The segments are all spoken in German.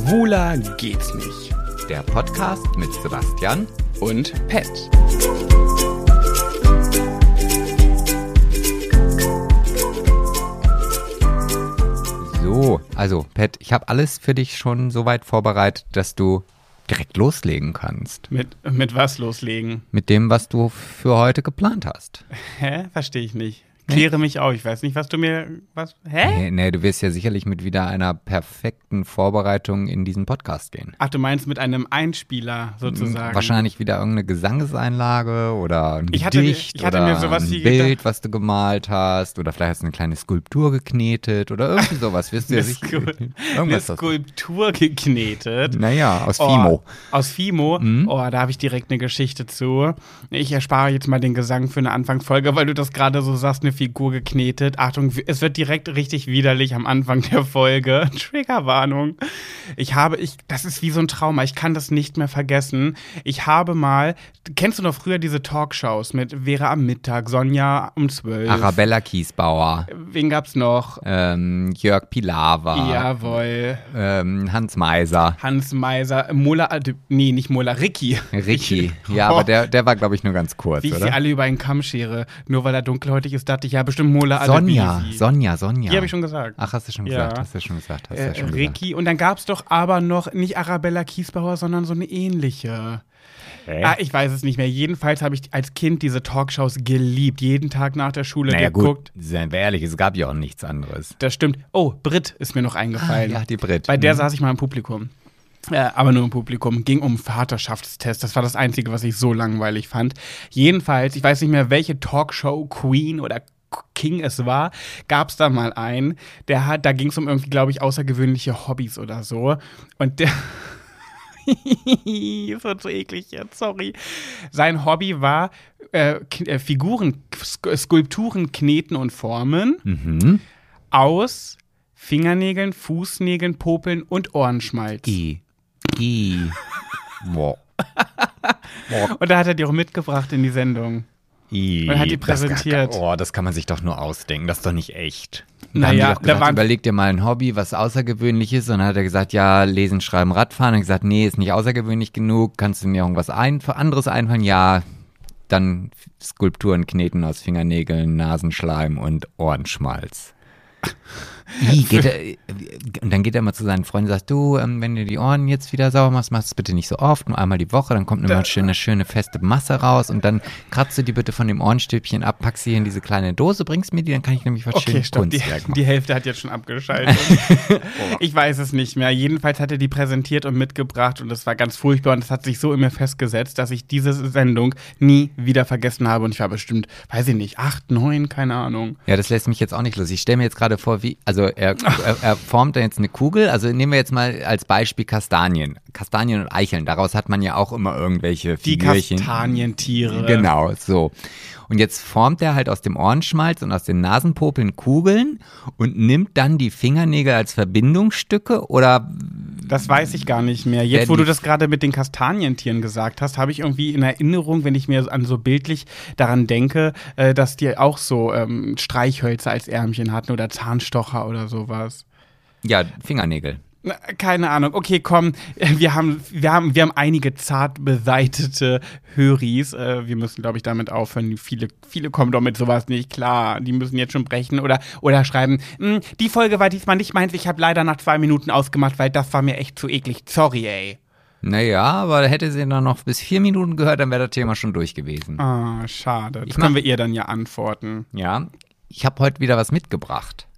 Schwuler geht's nicht. Der Podcast mit Sebastian Und Pet. So, also Pet, ich habe alles für dich schon so weit vorbereitet, dass du direkt loslegen kannst. Mit was loslegen? Mit dem, was du für heute geplant hast. Hä? Verstehe ich nicht. Kläre mich auf. Ich weiß nicht, was du mir... Hä? Nee, du wirst ja sicherlich mit wieder einer perfekten Vorbereitung in diesen Podcast gehen. Ach, du meinst mit einem Einspieler sozusagen? Wahrscheinlich wieder irgendeine Gesangseinlage oder ein Ich hatte Gedicht mir oder sowas ein wie Bild, gedacht. was du gemalt hast oder vielleicht hast du eine kleine Skulptur geknetet oder irgendwie sowas. Wirst du ja sicher Eine irgendwas Skulptur geknetet. Naja, aus Fimo. Aus Fimo? Oh, da habe ich direkt eine Geschichte zu. Ich erspare jetzt mal den Gesang für eine Anfangsfolge, weil du das gerade so sagst, eine Figur geknetet. Achtung, es wird direkt richtig widerlich am Anfang der Folge. Triggerwarnung. Das ist wie so ein Trauma. Ich kann das nicht mehr vergessen. Ich habe mal, kennst du noch früher diese Talkshows mit Vera am Mittag, Sonja um 12? Arabella Kiesbauer, Wen gab's noch? Jörg Pilawa, Jawohl. Hans Meiser, Hans Meiser, nicht Mola, Ricky. Ricky. Ja, aber der war, glaube ich, nur ganz kurz, Wie ich sie oder? alle über einen Kamm schere. Nur weil er dunkelhäutig ist, dachte ich, ja, bestimmt Mola Sonja. Die habe ich schon gesagt. Ach, hast du schon Ja. gesagt. Ricky. Und dann gab es doch aber noch nicht Arabella Kiesbauer, sondern so eine ähnliche. Ich weiß es nicht mehr. Jedenfalls habe ich als Kind diese Talkshows geliebt. Jeden Tag nach der Schule Naja, geguckt. gut, seien wir ehrlich, es gab ja auch nichts anderes. Das stimmt. Oh, Brit ist mir noch eingefallen. Ja, die Brit. Bei der saß ich mal im Publikum. Aber nur im Publikum. Ging um Vaterschaftstest. Das war das Einzige, was ich so langweilig fand. Jedenfalls, ich weiß nicht mehr, welche Talkshow-Queen oder King es war, gab es da mal einen, da ging es um irgendwie, glaube ich, außergewöhnliche Hobbys oder so. Und der das wird so eklig jetzt, sorry. Sein Hobby war Skulpturen kneten und formen aus Fingernägeln, Fußnägeln, Popeln und Ohrenschmalz. Boah. Und da hat er die auch mitgebracht in die Sendung. Und hat die präsentiert. Das kann man sich doch nur ausdenken, das ist doch nicht echt. Naja, haben die doch gesagt, überleg dir mal ein Hobby, was außergewöhnlich ist. Und dann hat er gesagt, ja, lesen, schreiben, Radfahren. Und gesagt, nee, ist nicht außergewöhnlich genug. Kannst du mir irgendwas anderes einfallen? Ja, dann Skulpturen kneten aus Fingernägeln, Nasenschleim und Ohrenschmalz. Und dann geht er mal zu seinen Freunden und sagt, du, wenn du die Ohren jetzt wieder sauber machst, machst es bitte nicht so oft, nur einmal die Woche, dann kommt immer eine schöne feste Masse raus und dann kratzt du die bitte von dem Ohrenstübchen ab, packst sie in diese kleine Dose, bringst mir die, dann kann ich nämlich was schönes Kunstwerk machen. Die Hälfte hat jetzt schon abgeschaltet. Ich weiß es nicht mehr. Jedenfalls hat er die präsentiert und mitgebracht und das war ganz furchtbar und das hat sich so in mir festgesetzt, dass ich diese Sendung nie wieder vergessen habe und ich war bestimmt, weiß ich nicht, 8, 9, keine Ahnung. Ja, das lässt mich jetzt auch nicht los. Ich stelle mir jetzt gerade vor, er formt da jetzt eine Kugel, also nehmen wir jetzt mal als Beispiel Kastanien und Eicheln, daraus hat man ja auch immer irgendwelche Figürchen. Die Kastanientiere. Genau, so. Und jetzt formt er halt aus dem Ohrenschmalz und aus den Nasenpopeln Kugeln und nimmt dann die Fingernägel als Verbindungsstücke oder? Das weiß ich gar nicht mehr. Jetzt, wo du das gerade mit den Kastanientieren gesagt hast, habe ich irgendwie in Erinnerung, wenn ich mir an so bildlich daran denke, dass die auch so Streichhölzer als Ärmchen hatten oder Zahnstocher oder sowas. Ja, Fingernägel. Keine Ahnung. Okay, komm, wir haben einige zart beseitete Höris. Wir müssen, glaube ich, damit aufhören. Viele kommen doch mit sowas nicht klar. Die müssen jetzt schon brechen oder schreiben, die Folge war diesmal nicht meins. Ich habe leider nach 2 Minuten ausgemacht, weil das war mir echt zu eklig. Sorry, ey. Naja, aber hätte sie dann noch bis 4 Minuten gehört, dann wäre das Thema schon durch gewesen. Ah, schade. Das können wir ihr dann ja antworten. Ja, ich habe heute wieder was mitgebracht.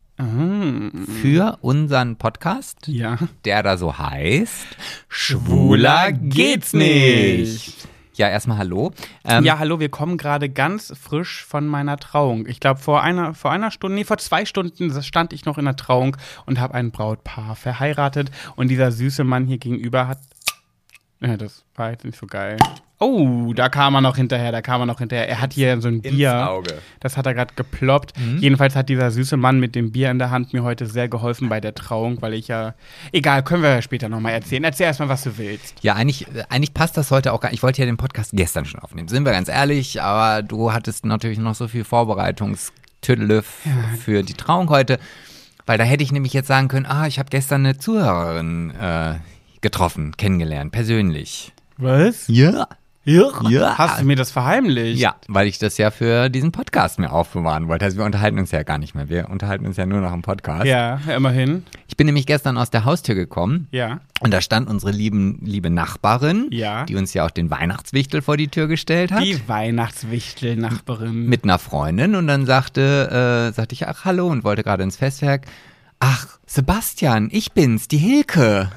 Für unseren Podcast, der da so heißt Schwuler geht's nicht. Ja, erstmal hallo. Hallo, wir kommen gerade ganz frisch von meiner Trauung. Ich glaube, vor 2 Stunden stand ich noch in der Trauung und habe ein Brautpaar verheiratet. Und dieser süße Mann hier gegenüber hat... Ja, das war jetzt nicht so geil. Oh, da kam er noch hinterher. Er hat hier so ein Bier. Ins Auge. Das hat er gerade geploppt. Jedenfalls hat dieser süße Mann mit dem Bier in der Hand mir heute sehr geholfen bei der Trauung, weil ich ja... Egal, können wir ja später nochmal erzählen. Erzähl erstmal, was du willst. Ja, eigentlich passt das heute auch gar nicht. Ich wollte ja den Podcast gestern schon aufnehmen. Sind wir ganz ehrlich, aber du hattest natürlich noch so viel Vorbereitungstüdelüff für die Trauung heute. Weil da hätte ich nämlich jetzt sagen können, ich habe gestern eine Zuhörerin getroffen, kennengelernt, persönlich. Was? Ja. Ja. Hast du mir das verheimlicht? Ja, weil ich das ja für diesen Podcast mir aufbewahren wollte. Also wir unterhalten uns ja gar nicht mehr. Wir unterhalten uns ja nur noch im Podcast. Ja, immerhin. Ich bin nämlich gestern aus der Haustür gekommen. Ja. Und da stand unsere liebe Nachbarin, Ja. die uns ja auch den Weihnachtswichtel vor die Tür gestellt hat. Die Weihnachtswichtel-Nachbarin. Mit einer Freundin. Und dann sagte ich, ach, hallo, und wollte gerade ins Festwerk. Ach, Sebastian, ich bin's, die Hilke.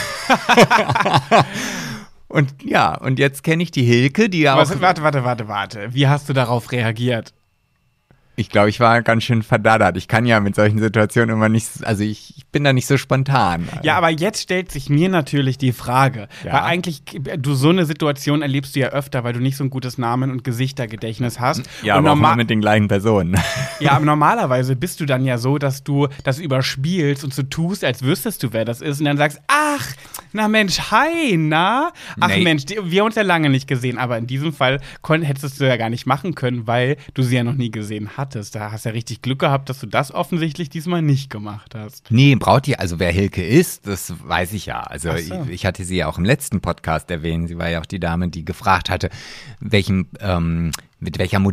Und ja, und jetzt kenne ich die Hilke, die ja auch... Warte. Wie hast du darauf reagiert? Ich glaube, ich war ganz schön verdaddert. Ich kann ja mit solchen Situationen immer nicht, also ich bin da nicht so spontan. Ja, aber jetzt stellt sich mir natürlich die Frage, Ja. weil eigentlich, du so eine Situation erlebst du ja öfter, weil du nicht so ein gutes Namen- und Gesichtergedächtnis hast. Ja, und aber auch mal mit den gleichen Personen. Ja, aber normalerweise bist du dann ja so, dass du das überspielst und so tust, als wüsstest du, wer das ist und dann sagst, ach, na Mensch, hi, na? Ach Nee. Mensch, wir haben uns ja lange nicht gesehen, aber in diesem Fall hättest du ja gar nicht machen können, weil du sie ja noch nie gesehen hattest. Da hast du ja richtig Glück gehabt, dass du das offensichtlich diesmal nicht gemacht hast. Nee, braucht ihr, also wer Hilke ist, das weiß ich ja. Also Ach so. ich hatte sie ja auch im letzten Podcast erwähnt. Sie war ja auch die Dame, die gefragt hatte, mit welcher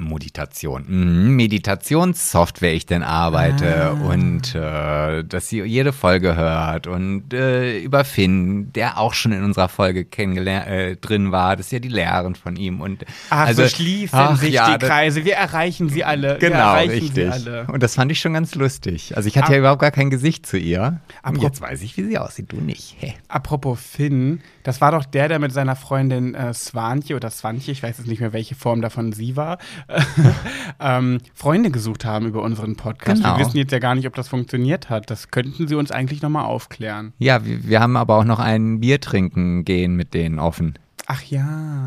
Meditationssoftware ich denn arbeite und dass sie jede Folge hört und über Finn, der auch schon in unserer Folge drin war, das ist ja die Lehrerin von ihm und Ach, also so schließen sich die Kreise, wir erreichen sie alle. Genau, wir richtig. Sie alle. Und das fand ich schon ganz lustig. Also ich hatte ja überhaupt gar kein Gesicht zu ihr. Und Apro- jetzt weiß ich, wie sie aussieht, du nicht. Hä? Apropos Finn, das war doch der mit seiner Freundin Swantje, ich weiß jetzt nicht mehr, welche Form davon sie war, Freunde gesucht haben über unseren Podcast. Genau. Wir wissen jetzt ja gar nicht, ob das funktioniert hat. Das könnten sie uns eigentlich nochmal aufklären. Ja, wir haben aber auch noch ein Bier trinken gehen mit denen offen. Ach ja,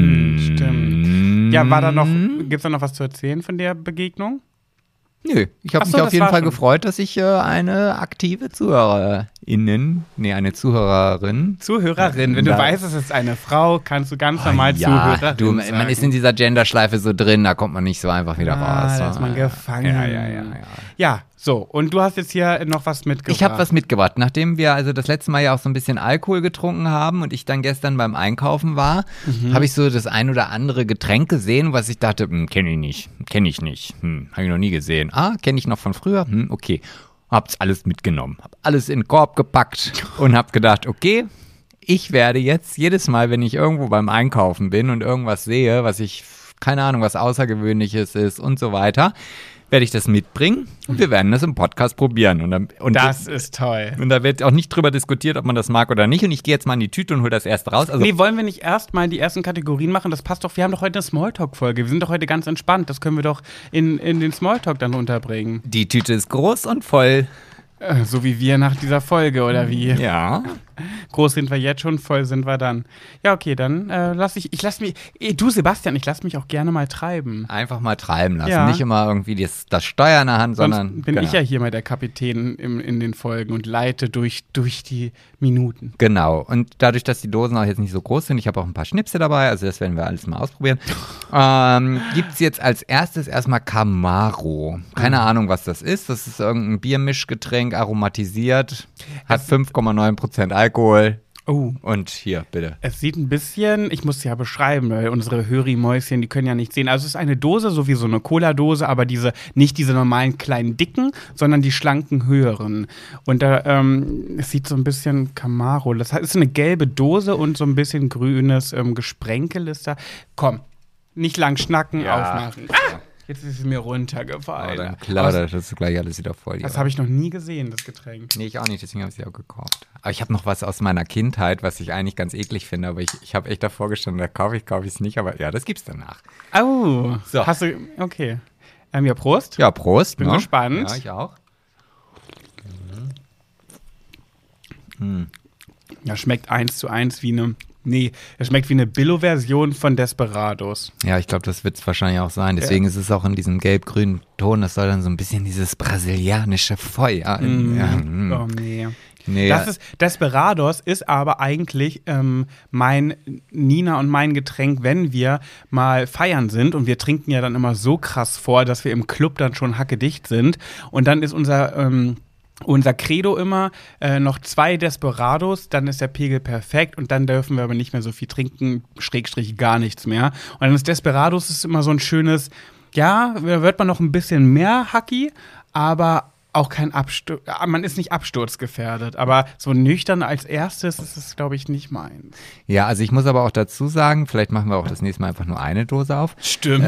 stimmt. Ja, gibt's da noch was zu erzählen von der Begegnung? Nö, ich habe Ach so, mich auf das jeden war Fall schon. gefreut, dass ich eine aktive Zuhörerin, wenn Zuhörerin, wenn du Da- weißt, es ist eine Frau, kannst du ganz normal Zuhörerin du, sagen. man ist in dieser Genderschleife so drin, da kommt man nicht so einfach wieder raus. Da ist man gefangen. Ja. Ja, so, und du hast jetzt hier noch was mitgebracht. Ich habe was mitgebracht. Nachdem wir also das letzte Mal ja auch so ein bisschen Alkohol getrunken haben und ich dann gestern beim Einkaufen war, habe ich so das ein oder andere Getränk gesehen, was ich dachte, kenne ich nicht, habe ich noch nie gesehen. Ah, kenne ich noch von früher, okay. Hab's alles mitgenommen, hab alles in den Korb gepackt und hab gedacht, okay, ich werde jetzt jedes Mal, wenn ich irgendwo beim Einkaufen bin und irgendwas sehe, was ich, keine Ahnung, was Außergewöhnliches ist und so weiter, werde ich das mitbringen und wir werden das im Podcast probieren. Und Das ist toll. und da wird auch nicht drüber diskutiert, ob man das mag oder nicht. Und ich gehe jetzt mal in die Tüte und hole das erste raus. Also, Nee, wollen wir nicht erst mal die ersten Kategorien machen? Das passt doch, wir haben doch heute eine Smalltalk-Folge. Wir sind doch heute ganz entspannt. Das können wir doch in den Smalltalk dann unterbringen. die Tüte ist groß und voll. So wie wir nach dieser Folge, oder wie? Ja. Groß sind wir jetzt schon, voll sind wir dann. Ja, okay, dann du Sebastian, ich lass mich auch gerne mal treiben. Einfach mal treiben lassen. Ja. Nicht immer irgendwie das Steuer in der Hand, Sonst sondern. bin genau. ich ja hier mal der Kapitän in den Folgen und leite durch die Minuten. Genau. Und dadurch, dass die Dosen auch jetzt nicht so groß sind, ich habe auch ein paar Schnipse dabei, also das werden wir alles mal ausprobieren. Gibt es jetzt als erstes erstmal Camaro. Keine Ahnung, was das ist. Das ist irgendein Biermischgetränk, aromatisiert, hat 5,9% Alkohol. Oh. Und hier, bitte. Es sieht ein bisschen, ich muss es ja beschreiben, weil unsere Höri-Mäuschen, die können ja nicht sehen. Also es ist eine Dose, so wie so eine Cola-Dose, aber nicht diese normalen kleinen dicken, sondern die schlanken höheren. Und da, es sieht so ein bisschen Camaro. Das ist eine gelbe Dose und so ein bisschen grünes Gesprenkel ist da. Komm, nicht lang schnacken, aufmachen. Ah! Jetzt ist es mir runtergefallen. Aber dann klaudert das gleich alles wieder voll. Das habe ich noch nie gesehen, das Getränk. Nee, ich auch nicht, deswegen habe ich sie auch gekauft. Aber ich habe noch was aus meiner Kindheit, was ich eigentlich ganz eklig finde, aber ich habe echt davor gestanden, da kaufe ich es nicht, aber ja, das gibt's danach. Oh, So. hast du, okay. Ja, Prost. Ja, Prost. Bin gespannt. Ja, ich auch. Ja, schmeckt 1:1 wie eine. Nee, es schmeckt wie eine Billo-Version von Desperados. Ja, ich glaube, das wird es wahrscheinlich auch sein. Deswegen ist es auch in diesem gelb-grünen Ton. Das soll dann so ein bisschen dieses brasilianische Feuer. Oh, nee. Nee, Desperados ist aber eigentlich mein Nina und mein Getränk, wenn wir mal feiern sind. Und wir trinken ja dann immer so krass vor, dass wir im Club dann schon hackedicht sind. Und dann ist unser unser Credo immer, noch 2 Desperados, dann ist der Pegel perfekt und dann dürfen wir aber nicht mehr so viel trinken, / gar nichts mehr. Und dann ist Desperados ist immer so ein schönes, ja, da wird man noch ein bisschen mehr Hacki, aber auch kein Absturz, man ist nicht absturzgefährdet, aber so nüchtern als erstes ist es, glaube ich, nicht meins. Ja, also ich muss aber auch dazu sagen, vielleicht machen wir auch das nächste Mal einfach nur eine Dose auf. Stimmt.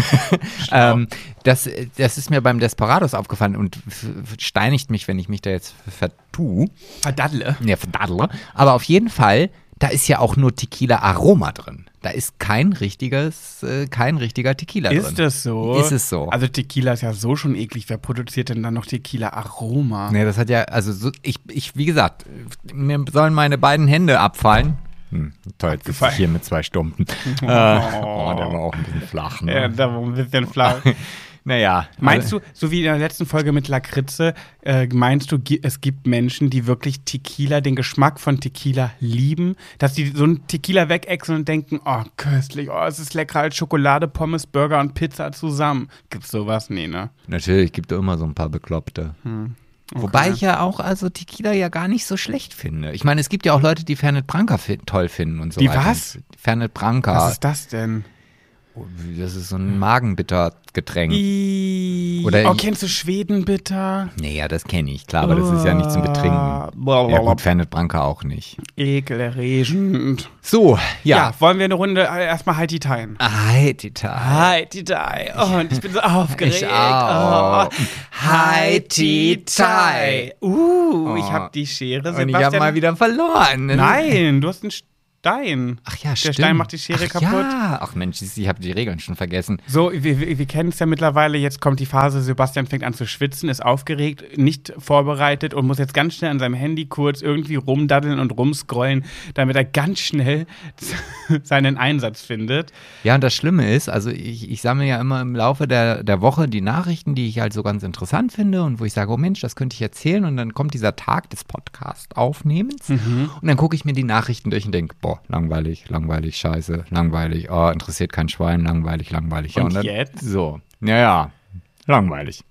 Das ist mir beim Desperados aufgefallen und steinigt mich, wenn ich mich da jetzt vertue. Verdaddle. Ja, verdaddle. Aber auf jeden Fall, da ist ja auch nur Tequila-Aroma drin. Da ist kein richtiger Tequila drin. Ist das so? Ist es so. Also Tequila ist ja so schon eklig. Wer produziert denn dann noch Tequila-Aroma? Nee, das hat ja, also so, wie gesagt, mir sollen meine beiden Hände abfallen. Toll, jetzt sitze ich hier mit 2 Stumpen. Der war auch ein bisschen flach. Ne? Ja, der war ein bisschen flach. Naja. Meinst du, so wie in der letzten Folge mit Lakritze, meinst du, es gibt Menschen, die wirklich Tequila, den Geschmack von Tequila lieben, dass die so einen Tequila wegexeln und denken, oh, köstlich, oh, es ist leckerer als Schokolade, Pommes, Burger und Pizza zusammen. Gibt's sowas? Nee, ne? Natürlich, gibt es immer so ein paar Bekloppte. Okay. Wobei ich ja auch also Tequila ja gar nicht so schlecht finde. Ich meine, es gibt ja auch Leute, die Fernet Branca toll finden und so Die weiter. was? Fernet Branca. Was ist das denn? Das ist so ein Magenbittergetränk. Kennst du Schwedenbitter? Naja, das kenne ich, klar, aber das ist ja nicht zum Betrinken. Ja gut, Fernet Branca auch nicht. Ekelerregend. So, ja. Wollen wir eine Runde erstmal Haiti teilen? Haiti Tai. Oh, und ich bin so aufgeregt. Ich auch. Haiti Tai. Ich habe die Schere, Sebastian. Und ich habe mal wieder verloren. Nein, du hast einen Stein. Ach ja, stimmt. Der Stein macht die Schere kaputt. Ja. Ach Mensch, ich habe die Regeln schon vergessen. So, wir kennen es ja mittlerweile. Jetzt kommt die Phase, Sebastian fängt an zu schwitzen, ist aufgeregt, nicht vorbereitet und muss jetzt ganz schnell an seinem Handy kurz irgendwie rumdaddeln und rumscrollen, damit er ganz schnell seinen Einsatz findet. Ja, und das Schlimme ist, also ich sammle ja immer im Laufe der Woche die Nachrichten, die ich halt so ganz interessant finde und wo ich sage, oh Mensch, das könnte ich erzählen. Und dann kommt dieser Tag des Podcast-Aufnehmens und dann gucke ich mir die Nachrichten durch und denke, boah, langweilig, scheiße, langweilig, interessiert kein Schwein, langweilig. Ja, und dann, jetzt? So, ja, langweilig.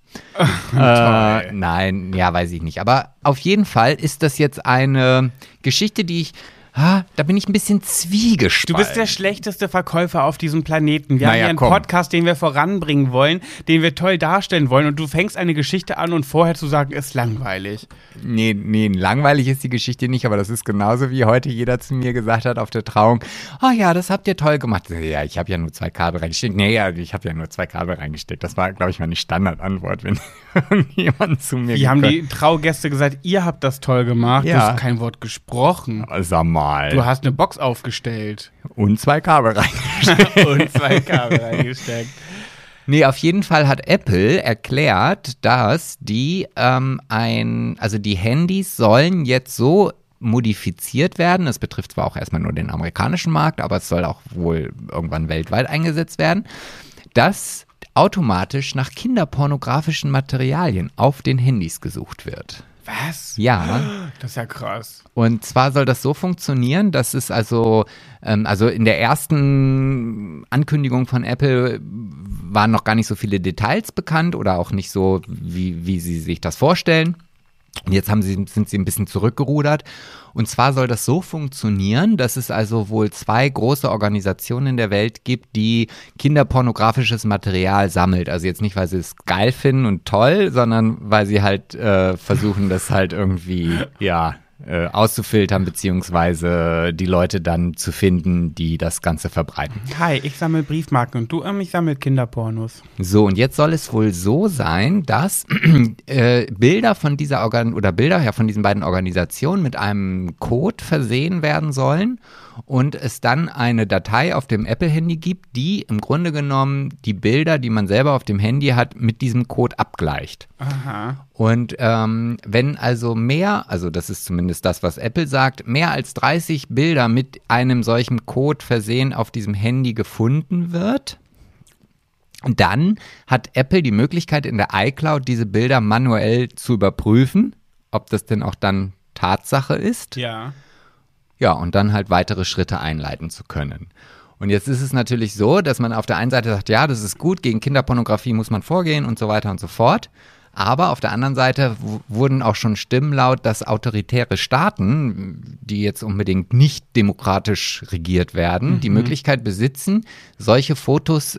Nein, ja, weiß ich nicht. Aber auf jeden Fall ist das jetzt eine Geschichte, die ich da bin ich ein bisschen zwiegespalten. Du bist der schlechteste Verkäufer auf diesem Planeten. Wir haben hier einen Podcast, den wir voranbringen wollen, den wir toll darstellen wollen und du fängst eine Geschichte an und vorher zu sagen, ist langweilig. Nee, langweilig ist die Geschichte nicht, aber das ist genauso wie heute jeder zu mir gesagt hat auf der Trauung, oh ja, das habt ihr toll gemacht. Ja, ich habe ja nur 2 Kabel reingesteckt. Nee, ja, ich habe ja nur 2 Kabel reingesteckt. Das war, glaube ich, meine Standardantwort, wenn irgendjemand zu mir Wie haben die Traugäste gesagt, ihr habt das toll gemacht? Ja. Du hast kein Wort gesprochen. Sag mal. Du hast eine Box aufgestellt. Und 2 Kabel reingesteckt. Nee, auf jeden Fall hat Apple erklärt, dass die die Handys sollen jetzt so modifiziert werden. Das betrifft zwar auch erstmal nur den amerikanischen Markt, aber es soll auch wohl irgendwann weltweit eingesetzt werden, dass automatisch nach kinderpornografischen Materialien auf den Handys gesucht wird. Was? Ja. Das ist ja krass. Und zwar soll das so funktionieren, dass es also in der ersten Ankündigung von Apple waren noch gar nicht so viele Details bekannt oder auch nicht so, wie sie sich das vorstellen. Und jetzt sind sie ein bisschen zurückgerudert. Und zwar soll das so funktionieren, dass es also wohl 2 große Organisationen in der Welt gibt, die kinderpornografisches Material sammelt. Also jetzt nicht, weil sie es geil finden und toll, sondern weil sie halt versuchen, das halt irgendwie, auszufiltern, beziehungsweise die Leute dann zu finden, die das Ganze verbreiten. Hi, ich sammle Briefmarken und du, ich sammle Kinderpornos. So, und jetzt soll es wohl so sein, dass Bilder von dieser von diesen beiden Organisationen mit einem Code versehen werden sollen und es dann eine Datei auf dem Apple-Handy gibt, die im Grunde genommen die Bilder, die man selber auf dem Handy hat, mit diesem Code abgleicht. Aha. Und wenn also das ist zumindest das, was Apple sagt, mehr als 30 Bilder mit einem solchen Code versehen auf diesem Handy gefunden wird, dann hat Apple die Möglichkeit, in der iCloud diese Bilder manuell zu überprüfen, ob das denn auch dann Tatsache ist. Ja. Ja, und dann halt weitere Schritte einleiten zu können. Und jetzt ist es natürlich so, dass man auf der einen Seite sagt, ja, das ist gut, gegen Kinderpornografie muss man vorgehen und so weiter und so fort. Aber auf der anderen Seite wurden auch schon Stimmen laut, dass autoritäre Staaten, die jetzt unbedingt nicht demokratisch regiert werden, die Möglichkeit besitzen, solche Fotos,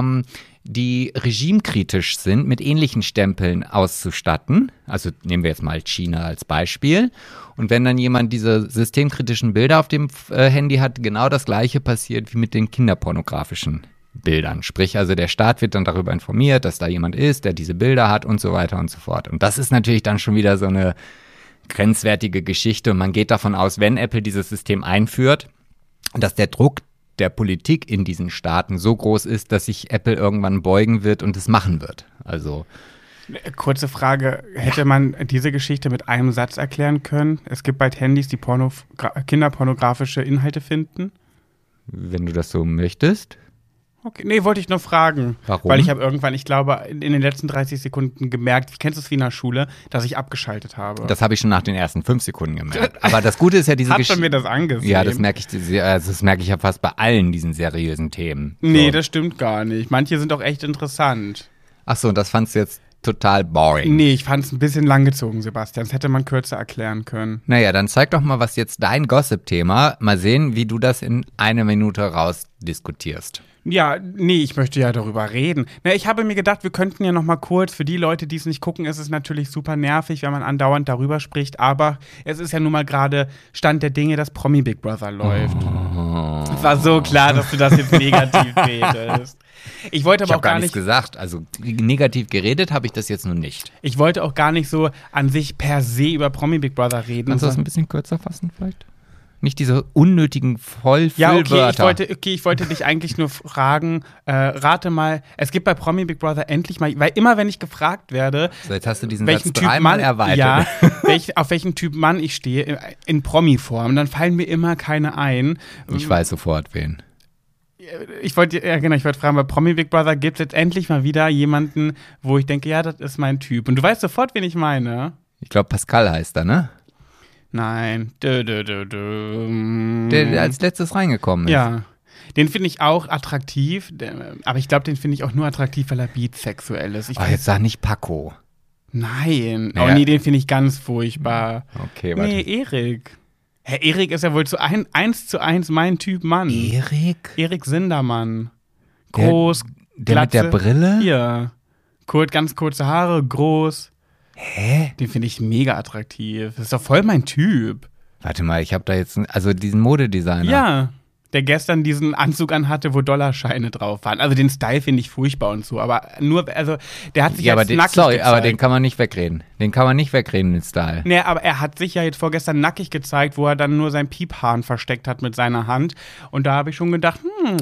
die regimekritisch sind, mit ähnlichen Stempeln auszustatten. Also nehmen wir jetzt mal China als Beispiel. Und wenn dann jemand diese systemkritischen Bilder auf dem Handy hat, genau das Gleiche passiert wie mit den kinderpornografischen Bildern. Sprich, also der Staat wird dann darüber informiert, dass da jemand ist, der diese Bilder hat und so weiter und so fort. Und das ist natürlich dann schon wieder so eine grenzwertige Geschichte. Und man geht davon aus, wenn Apple dieses System einführt, dass der Druck der Politik in diesen Staaten so groß ist, dass sich Apple irgendwann beugen wird und es machen wird. Also kurze Frage, hätte man diese Geschichte mit einem Satz erklären können? Es gibt bald Handys, die kinderpornografische Inhalte finden? Wenn du das so möchtest. Okay, nee, wollte ich nur fragen. Warum? Weil ich habe irgendwann, ich glaube, in den letzten 30 Sekunden gemerkt, kennst du es wie in der Schule, dass ich abgeschaltet habe. Das habe ich schon nach den ersten 5 Sekunden gemerkt. Aber das Gute ist ja diese Geschichte. Hast du mir das angesehen? Ja, das merke ich ja fast bei allen diesen seriösen Themen. So. Nee, das stimmt gar nicht. Manche sind auch echt interessant. Ach so, und das fandst du jetzt total boring. Nee, ich fand es ein bisschen langgezogen, Sebastian. Das hätte man kürzer erklären können. Naja, dann zeig doch mal, was jetzt dein Gossip-Thema. Mal sehen, wie du das in 1 Minute rausdiskutierst. Ja, nee, ich möchte ja darüber reden. Na, ich habe mir gedacht, wir könnten ja noch mal kurz, für die Leute, die es nicht gucken, ist es natürlich super nervig, wenn man andauernd darüber spricht, aber es ist ja nun mal gerade Stand der Dinge, dass Promi Big Brother läuft. Es war so klar, dass du das jetzt negativ redest. Ich wollte aber Ich auch habe gar nichts gesagt. Also negativ geredet habe ich das jetzt nun nicht. Ich wollte auch gar nicht so an sich per se über Promi Big Brother reden. Kannst du das ein bisschen kürzer fassen vielleicht? Nicht diese unnötigen Vollfüllwörter. Ja, ich wollte dich eigentlich nur fragen, rate mal, es gibt bei Promi Big Brother endlich mal, weil immer wenn ich gefragt werde, so, jetzt hast du diesen welchen Satz Typ 3-mal Mann, erweitert. Ja, auf welchen Typ Mann ich stehe, in Promi-Form, dann fallen mir immer keine ein. Ich weiß sofort, wen. Ich wollte fragen, bei Promi Big Brother gibt es jetzt endlich mal wieder jemanden, wo ich denke, ja, das ist mein Typ. Und du weißt sofort, wen ich meine. Ich glaube, Pascal heißt er, ne? Nein. Der als letztes reingekommen ist. Ja. Den finde ich auch attraktiv, aber ich glaube, den finde ich auch nur attraktiv, weil er bisexuell ist. Jetzt sag nicht Paco. Nein. Ja. Oh nee, den finde ich ganz furchtbar. Okay, warte. Nee, Erik. Herr Erik ist ja wohl zu 1:1 mein Typ Mann. Erik Sindermann. Groß, der Glatze. mit der Brille? Hier. Ganz kurze Haare, groß. Hä? Den finde ich mega attraktiv. Das ist doch voll mein Typ. Warte mal, ich habe da jetzt, also diesen Modedesigner. Ja, der gestern diesen Anzug anhatte, wo Dollarscheine drauf waren. Also den Style finde ich furchtbar und so, aber nur, also der hat sich jetzt nackig gezeigt. Aber den kann man nicht wegreden. Den Style. Nee, aber er hat sich ja jetzt vorgestern nackig gezeigt, wo er dann nur sein Piephahn versteckt hat mit seiner Hand. Und da habe ich schon gedacht,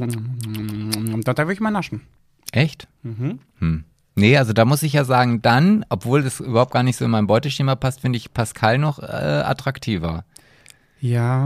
da will ich mal naschen. Echt? Nee, also da muss ich ja sagen, dann, obwohl das überhaupt gar nicht so in mein Beuteschema passt, finde ich Pascal noch attraktiver. Ja.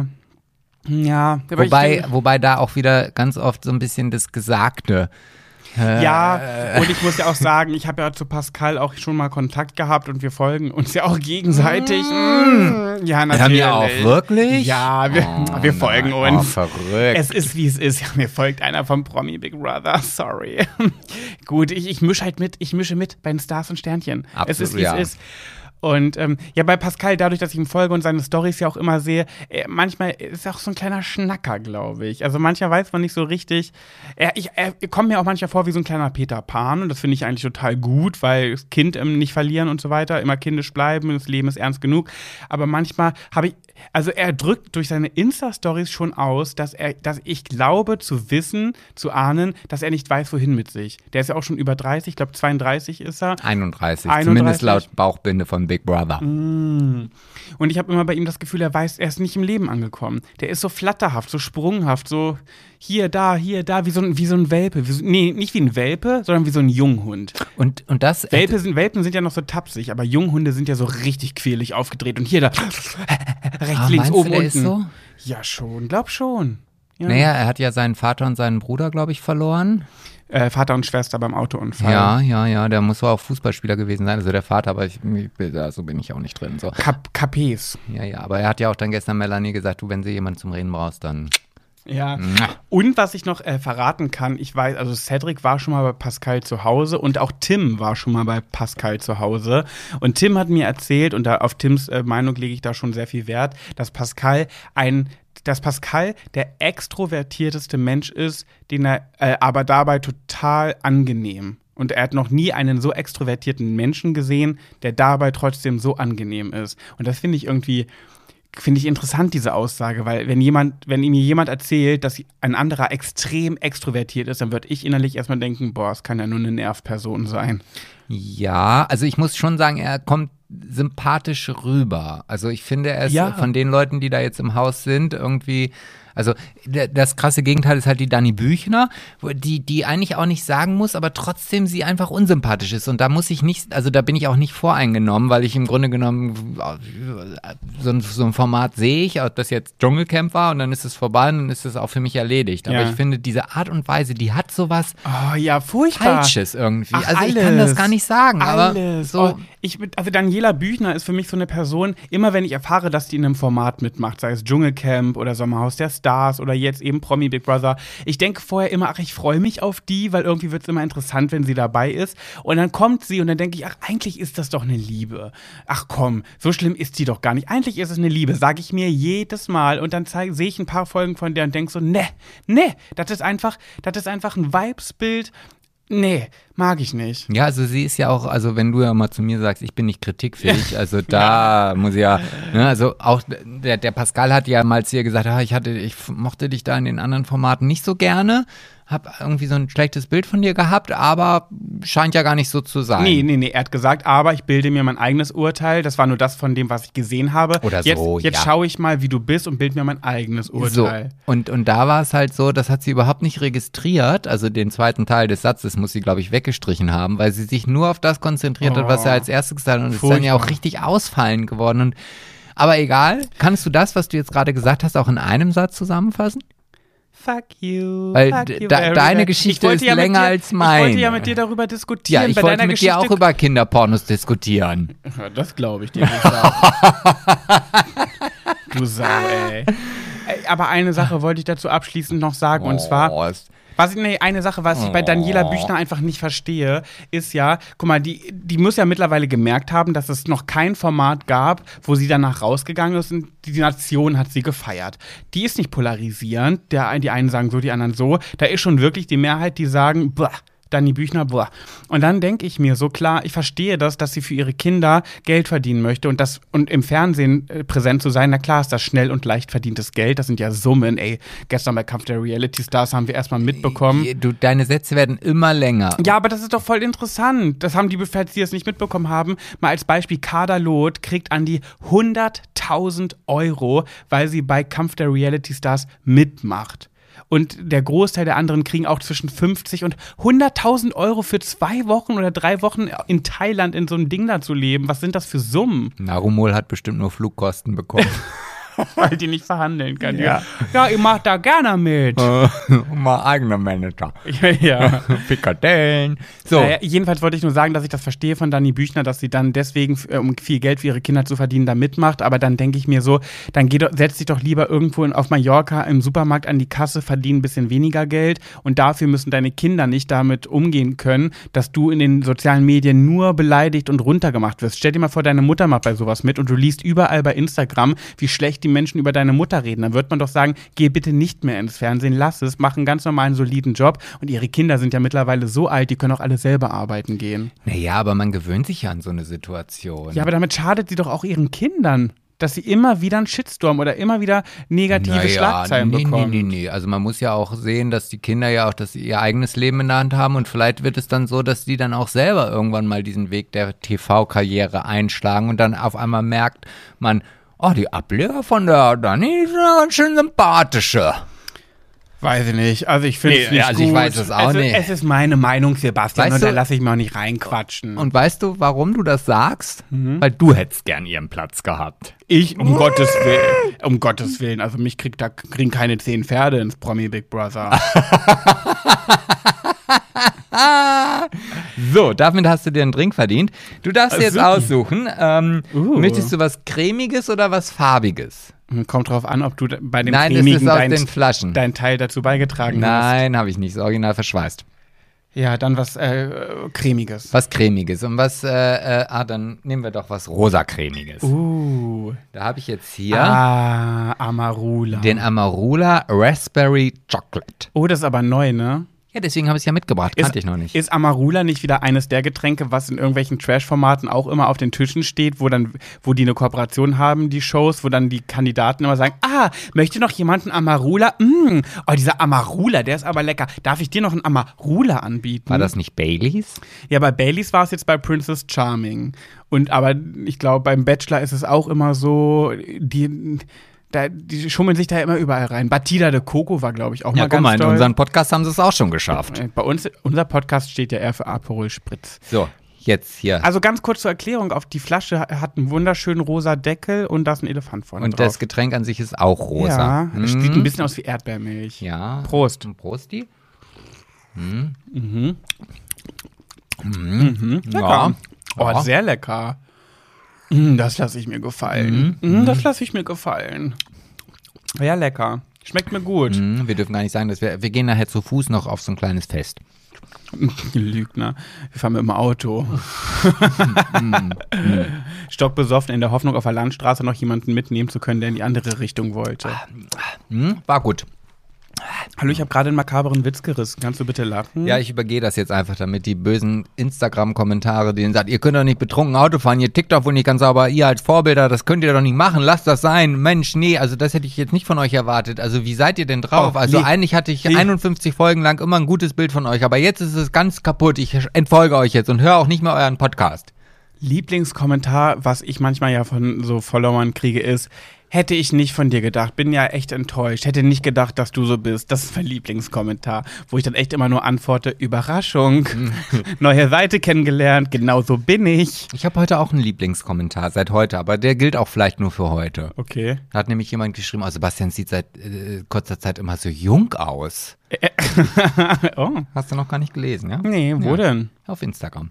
Wobei da auch wieder ganz oft so ein bisschen das Gesagte. Und ich muss ja auch sagen, ich habe ja zu Pascal auch schon mal Kontakt gehabt und wir folgen uns ja auch gegenseitig. Ja, natürlich. Haben wir auch wirklich? Ja, wir folgen uns. Oh, verrückt. Es ist, wie es ist. Ja, mir folgt einer vom Promi Big Brother. Sorry. Gut, ich mische mit bei den Stars und Sternchen. Absolut, es ist, wie es ist. Und bei Pascal, dadurch, dass ich ihm folge und seine Storys ja auch immer sehe, manchmal ist er auch so ein kleiner Schnacker, glaube ich. Also manchmal weiß man nicht so richtig. Er kommt mir auch manchmal vor wie so ein kleiner Peter Pan und das finde ich eigentlich total gut, weil das Kind nicht verlieren und so weiter, immer kindisch bleiben, das Leben ist ernst genug. Aber manchmal er drückt durch seine Insta-Stories schon aus, dass ich glaube zu wissen, zu ahnen, dass er nicht weiß, wohin mit sich. Der ist ja auch schon über 30, ich glaube 32 ist er. 31, zumindest laut Bauchbinde von Big Brother. Und ich habe immer bei ihm das Gefühl, er ist nicht im Leben angekommen. Der ist so flatterhaft, so sprunghaft, so hier, da, wie so ein Welpe. Nicht wie ein Welpe, sondern wie so ein Junghund. Und das Welpen sind ja noch so tapsig, aber Junghunde sind ja so richtig quälig aufgedreht. Und hier, da, rechts, links, oben, der unten. Ist so? Ja, schon, glaub schon. Ja. Naja, er hat ja seinen Vater und seinen Bruder, glaube ich, verloren. Vater und Schwester beim Autounfall. Ja, der muss auch Fußballspieler gewesen sein, also der Vater, aber so bin ich auch nicht drin. So. Capes. Ja, aber er hat ja auch dann gestern Melanie gesagt, du, wenn sie jemanden zum Reden brauchst, dann Ja. Und was ich noch verraten kann, ich weiß, also Cedric war schon mal bei Pascal zu Hause und auch Tim war schon mal bei Pascal zu Hause. Und Tim hat mir erzählt, und da auf Tims Meinung lege ich da schon sehr viel Wert, dass Pascal der extrovertierteste Mensch ist, den er aber dabei total angenehm. Und er hat noch nie einen so extrovertierten Menschen gesehen, der dabei trotzdem so angenehm ist. Und das finde ich interessant, diese Aussage, weil wenn mir jemand erzählt, dass ein anderer extrem extrovertiert ist, dann würde ich innerlich erstmal denken, boah, es kann ja nur eine Nervperson sein. Ja, also ich muss schon sagen, er kommt sympathisch rüber. Also ich finde, er ist von den Leuten, die da jetzt im Haus sind, irgendwie. Also das krasse Gegenteil ist halt die Dani Büchner, die eigentlich auch nicht sagen muss, aber trotzdem sie einfach unsympathisch ist. Und da muss ich nicht, also da bin ich auch nicht voreingenommen, weil ich im Grunde genommen so ein Format sehe ich, ob das jetzt Dschungelcamp war und dann ist es vorbei und dann ist es auch für mich erledigt. Aber ich finde, diese Art und Weise, die hat sowas Falsches irgendwie. Ach, also ich kann das gar nicht sagen. Alles. Aber so. Also Daniela Büchner ist für mich so eine Person, immer wenn ich erfahre, dass die in einem Format mitmacht, sei es Dschungelcamp oder Sommerhaus der Stars oder jetzt eben Promi Big Brother, ich denke vorher immer, ach, ich freue mich auf die, weil irgendwie wird es immer interessant, wenn sie dabei ist. Und dann kommt sie und dann denke ich, ach, eigentlich ist das doch eine Liebe. Ach komm, so schlimm ist die doch gar nicht. Eigentlich ist es eine Liebe, sage ich mir jedes Mal. Und dann sehe ich ein paar Folgen von der und denke so, ne, das ist einfach ein Vibesbild. Nee, mag ich nicht. Ja, also sie ist ja auch, also wenn du ja mal zu mir sagst, ich bin nicht kritikfähig, also da muss ich ja, ne, also auch der Pascal hat ja mal zu ihr gesagt, ich mochte dich da in den anderen Formaten nicht so gerne, hab irgendwie so ein schlechtes Bild von dir gehabt, aber scheint ja gar nicht so zu sein. Nee, er hat gesagt, aber ich bilde mir mein eigenes Urteil, das war nur das von dem, was ich gesehen habe. Oder so, Jetzt schaue ich mal, wie du bist und bilde mir mein eigenes Urteil. So. Und da war es halt so, das hat sie überhaupt nicht registriert, also den zweiten Teil des Satzes muss sie, glaube ich, weggestrichen haben, weil sie sich nur auf das konzentriert hat, was er als erstes gesagt hat und es ist dann ja auch richtig ausfallend geworden. Aber egal, kannst du das, was du jetzt gerade gesagt hast, auch in einem Satz zusammenfassen? Fuck you. Weil deine Geschichte ist länger als meine. Ich wollte ja mit dir darüber diskutieren. Ja, ich wollte mit dir auch über Kinderpornos diskutieren. Ja, das glaube ich dir. Du Sau, ey. Aber eine Sache wollte ich dazu abschließend noch sagen, und zwar... Eine Sache, was ich bei Daniela Büchner einfach nicht verstehe, ist ja, guck mal, die muss ja mittlerweile gemerkt haben, dass es noch kein Format gab, wo sie danach rausgegangen ist und die Nation hat sie gefeiert. Die ist nicht polarisierend, die einen sagen so, die anderen so. Da ist schon wirklich die Mehrheit, die sagen, boah, Dani Büchner, boah. Und dann denke ich mir so, klar, ich verstehe das, dass sie für ihre Kinder Geld verdienen möchte und im Fernsehen präsent zu sein, na klar ist das schnell und leicht verdientes Geld, das sind ja Summen, ey. Gestern bei Kampf der Reality Stars haben wir erstmal mitbekommen. Deine Sätze werden immer länger. Ja, aber das ist doch voll interessant. Das haben die, falls die es nicht mitbekommen haben, mal als Beispiel, Kader Loth kriegt an die 100.000 €, weil sie bei Kampf der Reality Stars mitmacht. Und der Großteil der anderen kriegen auch zwischen 50 und 100.000 € für 2 Wochen oder 3 Wochen in Thailand in so einem Ding da zu leben. Was sind das für Summen? Narumol hat bestimmt nur Flugkosten bekommen. Weil die nicht verhandeln kann. Ja, ihr macht da gerne mit. Mal eigener Manager. Ja. Pikadellen. So. Jedenfalls wollte ich nur sagen, dass ich das verstehe von Dani Büchner, dass sie dann deswegen, um viel Geld für ihre Kinder zu verdienen, da mitmacht. Aber dann denke ich mir so, dann setz dich doch lieber irgendwo auf Mallorca im Supermarkt an die Kasse, verdien ein bisschen weniger Geld. Und dafür müssen deine Kinder nicht damit umgehen können, dass du in den sozialen Medien nur beleidigt und runtergemacht wirst. Stell dir mal vor, deine Mutter macht bei sowas mit und du liest überall bei Instagram, wie schlecht die Menschen über deine Mutter reden. Dann wird man doch sagen, geh bitte nicht mehr ins Fernsehen, lass es, mach einen ganz normalen, soliden Job. Und ihre Kinder sind ja mittlerweile so alt, die können auch alle selber arbeiten gehen. Naja, aber man gewöhnt sich ja an so eine Situation. Ja, aber damit schadet sie doch auch ihren Kindern, dass sie immer wieder einen Shitstorm oder immer wieder negative Schlagzeilen bekommen. Nee. Also man muss ja auch sehen, dass die Kinder ja auch ihr eigenes Leben in der Hand haben und vielleicht wird es dann so, dass die dann auch selber irgendwann mal diesen Weg der TV-Karriere einschlagen und dann auf einmal merkt man, oh, die Ableger von der Dani sind ganz schön sympathische. Weiß ich nicht. Also ich finde es nicht also gut. Ich weiß es auch nicht. Es ist meine Meinung, Sebastian, weißt und du, da lasse ich mir auch nicht reinquatschen. Und weißt du, warum du das sagst? Weil du hättest gern ihren Platz gehabt. Ich, um Gottes Willen, also mich kriegen keine 10 Pferde ins Promi Big Brother. So, damit hast du dir einen Drink verdient. Du darfst jetzt super. aussuchen. Möchtest du was Cremiges oder was Farbiges? Kommt drauf an, ob du bei dem Nein, Cremigen das ist aus den Flaschen. dein Teil dazu beigetragen hast. Nein, habe ich nicht. Das Original verschweißt. Ja, dann was Cremiges. Was Cremiges. Und was, dann nehmen wir doch was Rosa-Cremiges. Da habe ich jetzt hier Amarula. den Amarula Raspberry Chocolate. Oh, das ist aber neu, ne? Ja, deswegen habe ich es ja mitgebracht. Kannte ich noch nicht. Ist Amarula nicht wieder eines der Getränke, was in irgendwelchen Trash-Formaten auch immer auf den Tischen steht, wo die eine Kooperation haben, die Shows, wo dann die Kandidaten immer sagen, möchte noch jemand einen Amarula? Oh, dieser Amarula, der ist aber lecker. Darf ich dir noch einen Amarula anbieten? War das nicht Baileys? Ja, bei Baileys war es jetzt bei Princess Charming. Aber ich glaube, beim Bachelor ist es auch immer so, die schummeln sich da immer überall rein. Batida de Coco war, glaube ich, auch mal ganz in toll. unserem Podcast haben sie es auch schon geschafft. Bei uns, unser Podcast steht ja eher für Aperol Spritz. So, jetzt hier. Also ganz kurz zur Erklärung, auf die Flasche hat einen wunderschönen rosa Deckel und da ist ein Elefant vorne Und drauf. das Getränk an sich ist auch rosa. Ja, sieht ein bisschen aus wie Erdbeermilch. Ja. Prost. Prosti. Lecker. Ja. Oh, sehr lecker. Das lasse ich mir gefallen. Das lasse ich mir gefallen. Ja, lecker. Schmeckt mir gut. Wir dürfen gar nicht sagen, dass wir gehen nachher zu Fuß noch auf so ein kleines Fest. Lügner. Wir fahren mit dem Auto. Stockbesoffen in der Hoffnung, auf der Landstraße noch jemanden mitnehmen zu können, der in die andere Richtung wollte. War gut. Hallo, ich habe gerade einen makaberen Witz gerissen. Kannst du bitte lachen? Ja, ich übergehe das jetzt einfach, damit die bösen Instagram-Kommentare, denen sagt, ihr könnt doch nicht betrunken Auto fahren, ihr tickt doch wohl nicht ganz sauber, ihr als Vorbilder, das könnt ihr doch nicht machen, lasst das sein. Mensch, nee, also das hätte ich jetzt nicht von euch erwartet. Also wie seid ihr denn drauf? Eigentlich hatte ich 51 Folgen lang immer ein gutes Bild von euch, aber jetzt ist es ganz kaputt. Ich entfolge euch jetzt und höre auch nicht mehr euren Podcast. Lieblingskommentar, was ich manchmal ja von so Followern kriege, ist: Hätte ich nicht von dir gedacht, bin ja echt enttäuscht, hätte nicht gedacht, dass du so bist. Das ist mein Lieblingskommentar, wo ich dann echt immer nur antworte: Überraschung, neue Seite kennengelernt, genau so bin ich. Ich habe heute auch einen Lieblingskommentar, seit heute, aber der gilt auch vielleicht nur für heute. Okay. Da hat nämlich jemand geschrieben, Sebastian sieht seit kurzer Zeit immer so jung aus. Oh. Hast du noch gar nicht gelesen, ja? Nee, wo denn? Auf Instagram.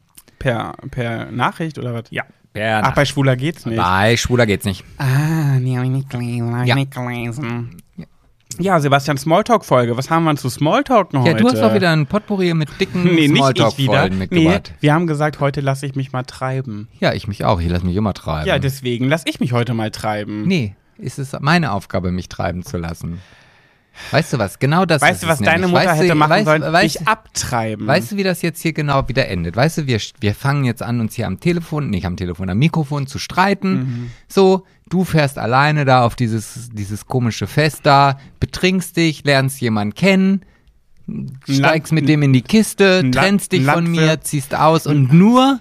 Per Nachricht oder was? Ja. Ach, bei Schwuler geht's nicht. Bei Schwuler geht's nicht. Nee, hab ich nicht gelesen, Ja, Sebastian, Smalltalk-Folge. Was haben wir zu Smalltalken heute? Ja, du hast doch wieder ein Potpourri mit dicken Smalltalk-Folgen mitgebracht. Wir haben gesagt, heute lasse ich mich mal treiben. Ja, ich mich auch. Ich lasse mich immer treiben. Ja, deswegen lasse ich mich heute mal treiben. Nee, ist es meine Aufgabe, mich treiben zu lassen. Weißt du was? Genau das weißt ist du, was es deine nämlich. Mutter hätte machen sollen? Dich abtreiben. Weißt du, wie das jetzt hier genau wieder endet? Weißt du, wir fangen jetzt an, uns hier am Mikrofon zu streiten. So, du fährst alleine da auf dieses komische Fest da, betrinkst dich, lernst jemanden kennen, steigst mit dem in die Kiste, trennst dich von mir, ziehst aus und nur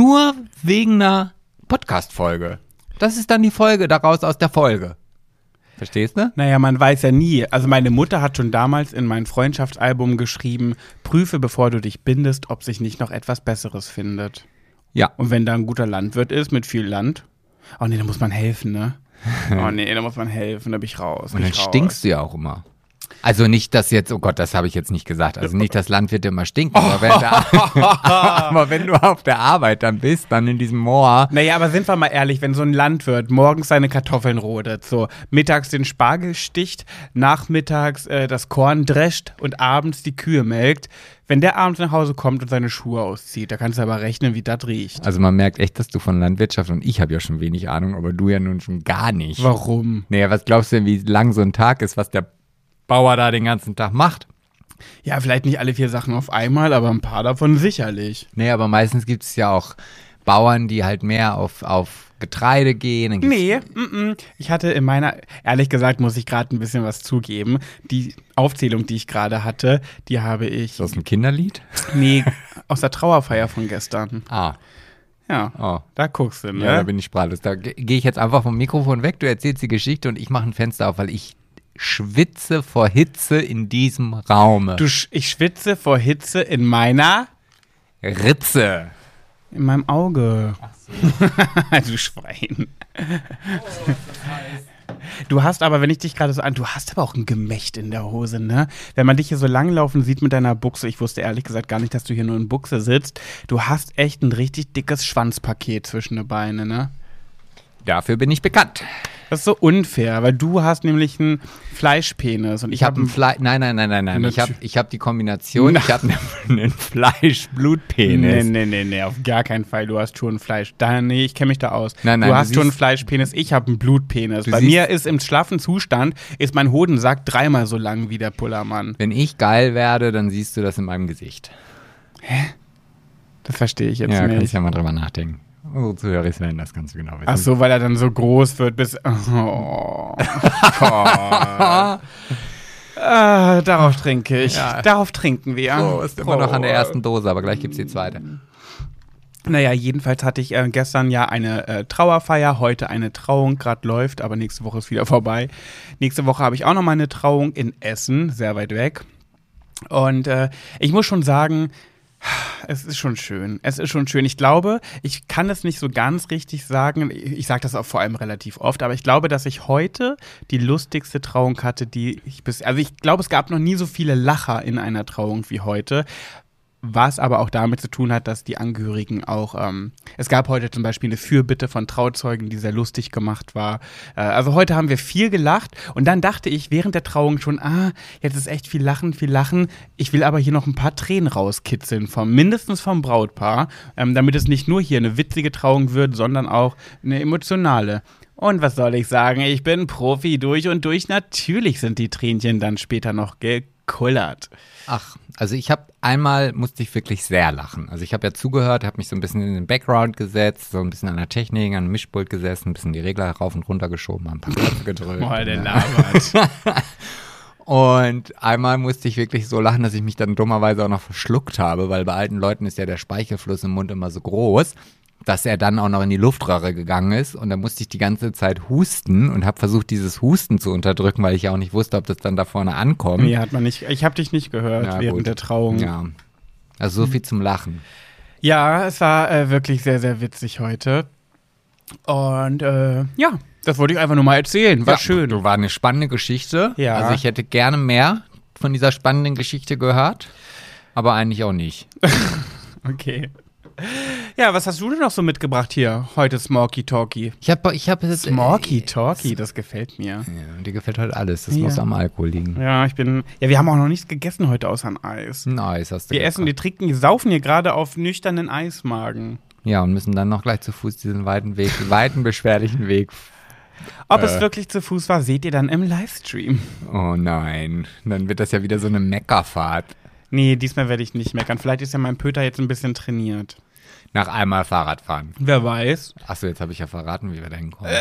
wegen einer Podcast-Folge. Das ist dann die Folge daraus aus der Folge. Verstehst du? Naja, man weiß ja nie. Also meine Mutter hat schon damals in mein Freundschaftsalbum geschrieben: Prüfe, bevor du dich bindest, ob sich nicht noch etwas Besseres findet. Ja. Und wenn da ein guter Landwirt ist, mit viel Land, oh nee, da muss man helfen, ne? Oh nee, da muss man helfen, da bin ich raus. Und dann stinkst du ja auch immer. Also nicht, dass jetzt, oh Gott, das habe ich jetzt nicht gesagt, also nicht, dass Landwirte immer stinken, aber wenn du auf der Arbeit dann bist, dann in diesem Moor. Naja, aber sind wir mal ehrlich, wenn so ein Landwirt morgens seine Kartoffeln rodet, so mittags den Spargel sticht, nachmittags das Korn drescht und abends die Kühe melkt, wenn der abends nach Hause kommt und seine Schuhe auszieht, da kannst du aber rechnen, wie das riecht. Also man merkt echt, dass du von Landwirtschaft, und ich habe ja schon wenig Ahnung, aber du ja nun schon gar nicht. Warum? Naja, was glaubst du denn, wie lang so ein Tag ist, was der Bauer da den ganzen Tag macht? Ja, vielleicht nicht alle 4 Sachen auf einmal, aber ein paar davon sicherlich. Nee, aber meistens gibt es ja auch Bauern, die halt mehr auf Getreide gehen. Nee, ich hatte in meiner, ehrlich gesagt muss ich gerade ein bisschen was zugeben, die Aufzählung, die ich gerade hatte, die habe ich... Ist das ein Kinderlied? Nee, aus der Trauerfeier von gestern. Ah. Ja, da guckst du, ne? Ja, da bin ich sprachlos. Da gehe ich jetzt einfach vom Mikrofon weg, du erzählst die Geschichte und ich mache ein Fenster auf, weil ich schwitze vor Hitze in diesem Raume. Ich schwitze vor Hitze in meiner... Ritze. In meinem Auge. Ach so. Du Schwein. Du hast aber, wenn ich dich gerade so du hast aber auch ein Gemächt in der Hose, ne? Wenn man dich hier so langlaufen sieht mit deiner Buchse, ich wusste ehrlich gesagt gar nicht, dass du hier nur in Buchse sitzt, du hast echt ein richtig dickes Schwanzpaket zwischen den Beinen, ne? Dafür bin ich bekannt. Das ist so unfair, weil du hast nämlich einen Fleischpenis und ich habe einen Nein. Ich hab die Kombination. Ich habe einen Fleisch-Blut-Penis. Nee, auf gar keinen Fall. Du hast schon Fleisch. Nee, ich kenne mich da aus. Nein, du hast schon einen Fleischpenis, ich habe einen Blutpenis. Bei mir ist im schlaffen Zustand, ist mein Hodensack 3-mal so lang wie der Pullermann. Wenn ich geil werde, dann siehst du das in meinem Gesicht. Hä? Das verstehe ich jetzt nicht. Ja, kannst ja mal drüber nachdenken. Unsere Zuhörer werden das ganz genau wissen. Ach so, weil er dann so groß wird bis... Oh Gott. Darauf trinke ich. Ja. Darauf trinken wir. So, ist immer noch an der ersten Dose, aber gleich gibt's die zweite. Naja, jedenfalls hatte ich gestern ja eine Trauerfeier, heute eine Trauung, gerade läuft, aber nächste Woche ist wieder vorbei. Nächste Woche habe ich auch noch mal eine Trauung in Essen, sehr weit weg. Und ich muss schon sagen... Es ist schon schön. Ich glaube, ich kann es nicht so ganz richtig sagen. Ich sage das auch vor allem relativ oft, aber ich glaube, dass ich heute die lustigste Trauung hatte, die ich also ich glaube, es gab noch nie so viele Lacher in einer Trauung wie heute. Was aber auch damit zu tun hat, dass die Angehörigen auch, es gab heute zum Beispiel eine Fürbitte von Trauzeugen, die sehr lustig gemacht war. Also heute haben wir viel gelacht und dann dachte ich während der Trauung schon, jetzt ist echt viel Lachen. Ich will aber hier noch ein paar Tränen rauskitzeln, mindestens vom Brautpaar, damit es nicht nur hier eine witzige Trauung wird, sondern auch eine emotionale. Und was soll ich sagen, ich bin Profi durch und durch. Natürlich sind die Tränchen dann später noch gekullert. Ach, also musste ich wirklich sehr lachen. Also ich habe ja zugehört, habe mich so ein bisschen in den Background gesetzt, so ein bisschen an der Technik, an dem Mischpult gesessen, ein bisschen die Regler rauf und runter geschoben, ein paar Knöpfe gedrückt. Boah, der labert. Und einmal musste ich wirklich so lachen, dass ich mich dann dummerweise auch noch verschluckt habe, weil bei alten Leuten ist ja der Speichelfluss im Mund immer so groß, dass er dann auch noch in die Luftröhre gegangen ist und dann musste ich die ganze Zeit husten und habe versucht, dieses Husten zu unterdrücken, weil ich ja auch nicht wusste, ob das dann da vorne ankommt. Nee, hat man nicht. Ich habe dich nicht gehört während der Trauung. Ja, also so viel zum Lachen. Ja, es war wirklich sehr, sehr witzig heute. Und ja, das wollte ich einfach nur mal erzählen. War schön. War eine spannende Geschichte. Ja. Also ich hätte gerne mehr von dieser spannenden Geschichte gehört, aber eigentlich auch nicht. Okay. Ja, was hast du denn noch so mitgebracht hier heute, Smoky Talky? Ich hab jetzt Smoky Talky, das gefällt mir. Ja, dir gefällt heute alles. Das muss am Alkohol liegen. Ja, wir haben auch noch nichts gegessen heute außer ein Eis. Ein Eis hast du Wir saufen hier gerade auf nüchternen Eismagen. Ja, und müssen dann noch gleich zu Fuß diesen weiten, beschwerlichen Weg. Ob es wirklich zu Fuß war, seht ihr dann im Livestream. Oh nein, dann wird das ja wieder so eine Meckerfahrt. Nee, diesmal werde ich nicht meckern. Vielleicht ist ja mein Pöter jetzt ein bisschen trainiert. Nach einmal Fahrradfahren. Wer weiß. Achso, jetzt habe ich ja verraten, wie wir da hinkommen.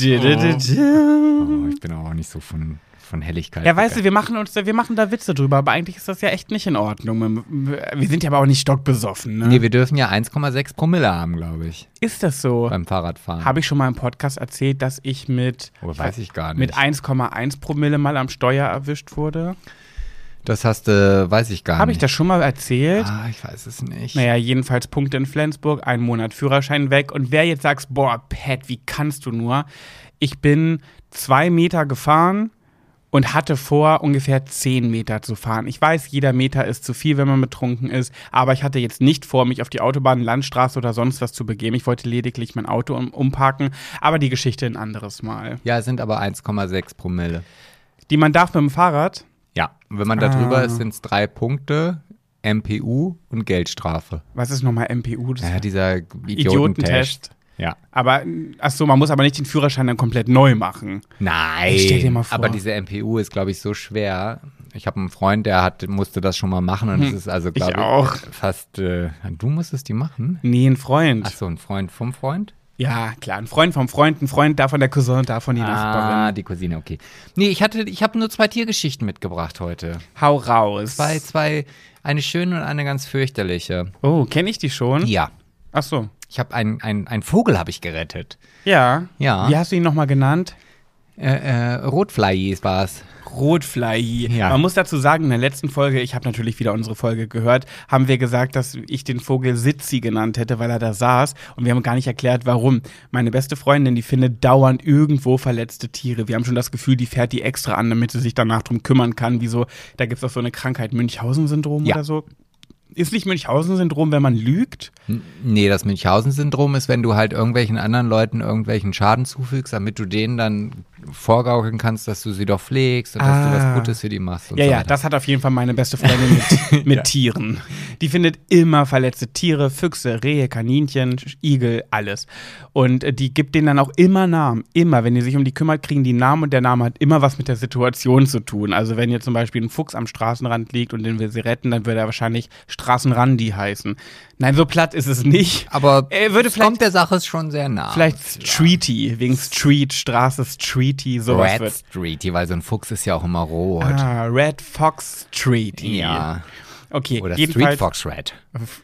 Ich bin auch nicht so von Helligkeit. Ja, weißt du, wir machen da Witze drüber, aber eigentlich ist das ja echt nicht in Ordnung. Wir sind ja aber auch nicht stockbesoffen, ne? Nee, wir dürfen ja 1,6 Promille haben, glaube ich. Ist das so? Beim Fahrradfahren. Habe ich schon mal im Podcast erzählt, dass ich weiß ich gar nicht. Mit 1,1 Promille mal am Steuer erwischt wurde? Das weiß ich gar nicht. Habe ich das schon mal erzählt? Ich weiß es nicht. Naja, jedenfalls Punkte in Flensburg, 1 Monat Führerschein weg. Und wer jetzt sagt, boah, Pat, wie kannst du nur? Ich bin 2 Meter gefahren und hatte vor, ungefähr 10 Meter zu fahren. Ich weiß, jeder Meter ist zu viel, wenn man betrunken ist, aber ich hatte jetzt nicht vor, mich auf die Autobahn, Landstraße oder sonst was zu begeben. Ich wollte lediglich mein Auto umparken, aber die Geschichte ein anderes Mal. Ja, es sind aber 1,6 Promille. Die man darf mit dem Fahrrad? Ja, und wenn man da drüber ist, sind es 3 Punkte, MPU und Geldstrafe. Was ist nochmal MPU? Ja, dieser Idiotentest. Ja. Aber, achso, man muss aber nicht den Führerschein dann komplett neu machen. Nein, stell dir mal vor. Aber diese MPU ist, glaube ich, so schwer. Ich habe einen Freund, musste das schon mal machen und es ist also, glaube ich, fast, du musstest die machen? Nee, ein Freund. Achso, ein Freund vom Freund? Ja, klar, ein Freund vom Freund, ein Freund davon der Cousin, davon die Nachbarin. Die Cousine, okay. Nee, ich habe nur 2 Tiergeschichten mitgebracht heute. Hau raus. Zwei, eine schöne und eine ganz fürchterliche. Oh, kenne ich die schon? Ja. Ach so. Ich habe einen Vogel habe ich gerettet. Ja. Ja. Wie hast du ihn nochmal genannt? Rotflyis war es. Rotfly. Ja. Man muss dazu sagen, in der letzten Folge, ich habe natürlich wieder unsere Folge gehört, haben wir gesagt, dass ich den Vogel Sitzi genannt hätte, weil er da saß. Und wir haben gar nicht erklärt, warum. Meine beste Freundin, die findet dauernd irgendwo verletzte Tiere. Wir haben schon das Gefühl, die fährt die extra an, damit sie sich danach drum kümmern kann. Wieso? Da gibt es auch so eine Krankheit, Münchhausen-Syndrom oder so. Ist nicht Münchhausen-Syndrom, wenn man lügt? Nee, das Münchhausen-Syndrom ist, wenn du halt irgendwelchen anderen Leuten irgendwelchen Schaden zufügst, damit du denen dann vorgaukeln kannst, dass du sie doch pflegst und dass du was Gutes für die machst. Und Ja, so ja, weiter. das hat auf jeden Fall meine beste Freundin mit Tieren. Die findet immer verletzte Tiere, Füchse, Rehe, Kaninchen, Igel, alles. Und die gibt denen dann auch immer Namen. Immer, wenn die sich um die kümmert, kriegen die Namen und der Name hat immer was mit der Situation zu tun. Also wenn jetzt zum Beispiel ein Fuchs am Straßenrand liegt und den will sie retten, dann würde er wahrscheinlich Straßenrandi heißen. Nein, so platt ist es nicht. Aber würde es kommt der Sache schon sehr nah. Vielleicht Streety, wegen Street, Straße, Streety, sowas Red wird. Streety, weil so ein Fuchs ist ja auch immer rot. Red Fox Streety. Ja. Okay, Oder jedenfalls. Street Fox Red.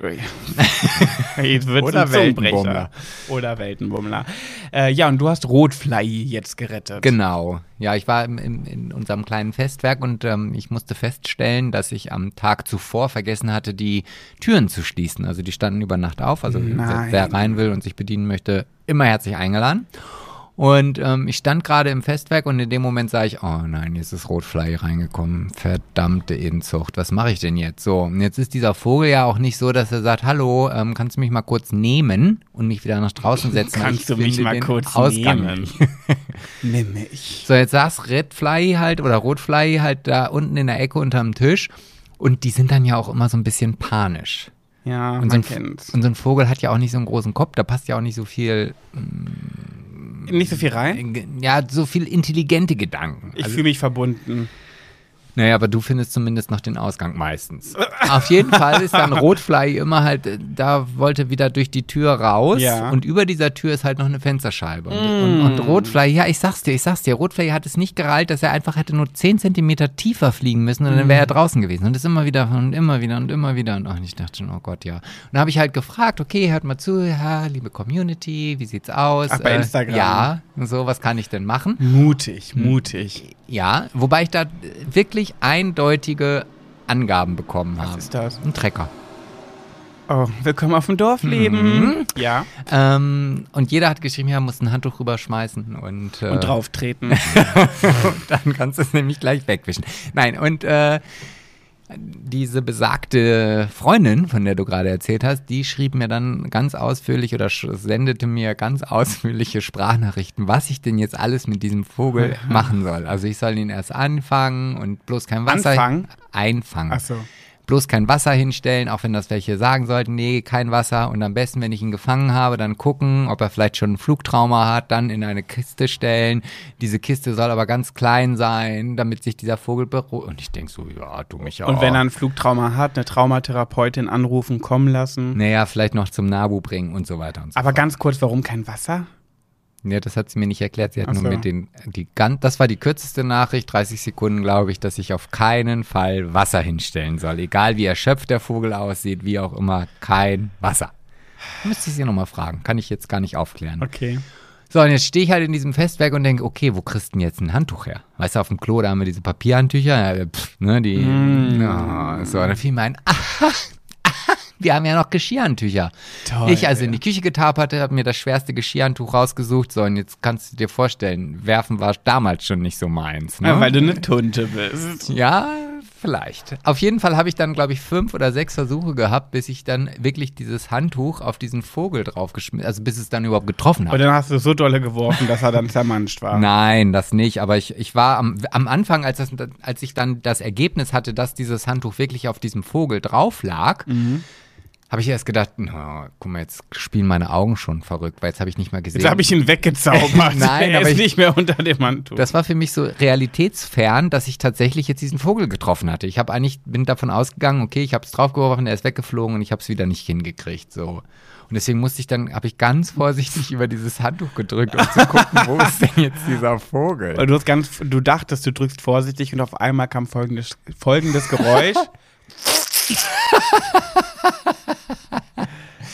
Jetzt wird's Oder ein Zungenbrecher. Weltenbummler. Oder Weltenbummler. Ja, und du hast Rotfly jetzt gerettet. Genau. Ja, ich war in unserem kleinen Festwerk und ich musste feststellen, dass ich am Tag zuvor vergessen hatte, die Türen zu schließen. Also die standen über Nacht auf. Also wer rein will und sich bedienen möchte, immer herzlich eingeladen. Und ich stand gerade im Festwerk und in dem Moment sah ich, oh nein, jetzt ist Rotfly reingekommen. Verdammte Inzucht, was mache ich denn jetzt? So, und jetzt ist dieser Vogel ja auch nicht so, dass er sagt, hallo, kannst du mich mal kurz nehmen und mich wieder nach draußen setzen? Kannst du mich mal kurz nehmen? Nimm mich. So, jetzt saß Redfly halt oder Rotfly halt da unten in der Ecke unterm Tisch und die sind dann ja auch immer so ein bisschen panisch. Ja, und man kennt's. Und so ein Vogel hat ja auch nicht so einen großen Kopf, da passt ja auch nicht so viel... Nicht so viel rein? Ja, so viel intelligente Gedanken. Ich fühle mich verbunden. Naja, aber du findest zumindest noch den Ausgang meistens. Auf jeden Fall ist dann Rotfly immer halt, da wollte wieder durch die Tür raus und über dieser Tür ist halt noch eine Fensterscheibe. Und Rotfly, ja, ich sag's dir, Rotfly hat es nicht gereilt, dass er einfach hätte nur 10 Zentimeter tiefer fliegen müssen und dann wäre er draußen gewesen. Und das immer wieder und immer wieder und immer wieder. Und ich dachte schon, oh Gott, ja. Und dann habe ich halt gefragt, okay, hört mal zu, ja, liebe Community, wie sieht's aus? Ach, bei Instagram? Ja, so, was kann ich denn machen? Mutig. Ja, wobei ich da wirklich eindeutige Angaben bekommen habe. Was ist das? Ein Trecker. Oh, willkommen auf dem Dorfleben. Ja. Und jeder hat geschrieben, ja, muss ein Handtuch rüberschmeißen und drauf treten. dann kannst du es nämlich gleich wegwischen. Nein, und diese besagte Freundin, von der du gerade erzählt hast, die schrieb mir dann ganz ausführlich oder sendete mir ganz ausführliche Sprachnachrichten, was ich denn jetzt alles mit diesem Vogel machen soll. Also ich soll ihn erst anfangen und bloß kein Wasser einfangen. Ach so. Bloß kein Wasser hinstellen, auch wenn das welche sagen sollten, nee, kein Wasser. Und am besten, wenn ich ihn gefangen habe, dann gucken, ob er vielleicht schon ein Flugtrauma hat, dann in eine Kiste stellen. Diese Kiste soll aber ganz klein sein, damit sich dieser Vogel beruhigt. Und ich denke so, ja, du mich auch. Und wenn er ein Flugtrauma hat, eine Traumatherapeutin anrufen, kommen lassen. Naja, vielleicht noch zum NABU bringen und so weiter und so Aber fort. ganz kurz, warum kein Wasser? Ja, das hat sie mir nicht erklärt. Sie hat Ach nur so. mit das war die kürzeste Nachricht, 30 Sekunden, glaube ich, dass ich auf keinen Fall Wasser hinstellen soll. Egal wie erschöpft der Vogel aussieht, wie auch immer, kein Wasser. Müsste ich sie nochmal fragen. Kann ich jetzt gar nicht aufklären. Okay. So, und jetzt stehe ich halt in diesem Festwerk und denke, okay, wo kriegst du denn jetzt ein Handtuch her? Weißt du, auf dem Klo, da haben wir diese Papierhandtücher, ja, ne, die, ja, so, und dann fiel mir ein, wir haben ja noch Geschirrhandtücher. Toll, Ich also in die Küche getaperte, habe mir das schwerste Geschirrhandtuch rausgesucht. So, und jetzt kannst du dir vorstellen, werfen war damals schon nicht so meins. Ne? Ja, weil du eine Tunte bist. Ja, vielleicht. Auf jeden Fall habe ich dann, glaube ich, 5 oder 6 Versuche gehabt, bis ich dann wirklich dieses Handtuch auf diesen Vogel draufgeschmissen, also bis es dann überhaupt getroffen hat. Und dann hast du es so dolle geworfen, dass er dann zermanscht war. Nein, das nicht. Aber ich war am Anfang, als ich dann das Ergebnis hatte, dass dieses Handtuch wirklich auf diesem Vogel drauf lag, habe ich erst gedacht, guck mal, jetzt spielen meine Augen schon verrückt, weil jetzt habe ich nicht mal gesehen. Jetzt habe ich ihn weggezaubert. Nein, er aber ist nicht mehr unter dem Handtuch. Das war für mich so realitätsfern, dass ich tatsächlich jetzt diesen Vogel getroffen hatte. Bin davon ausgegangen, okay, ich habe es draufgeworfen, er ist weggeflogen und ich habe es wieder nicht hingekriegt. So. Und deswegen habe ich ganz vorsichtig über dieses Handtuch gedrückt, um zu gucken, wo ist denn jetzt dieser Vogel? Und du dachtest, du drückst vorsichtig und auf einmal kam folgendes Geräusch.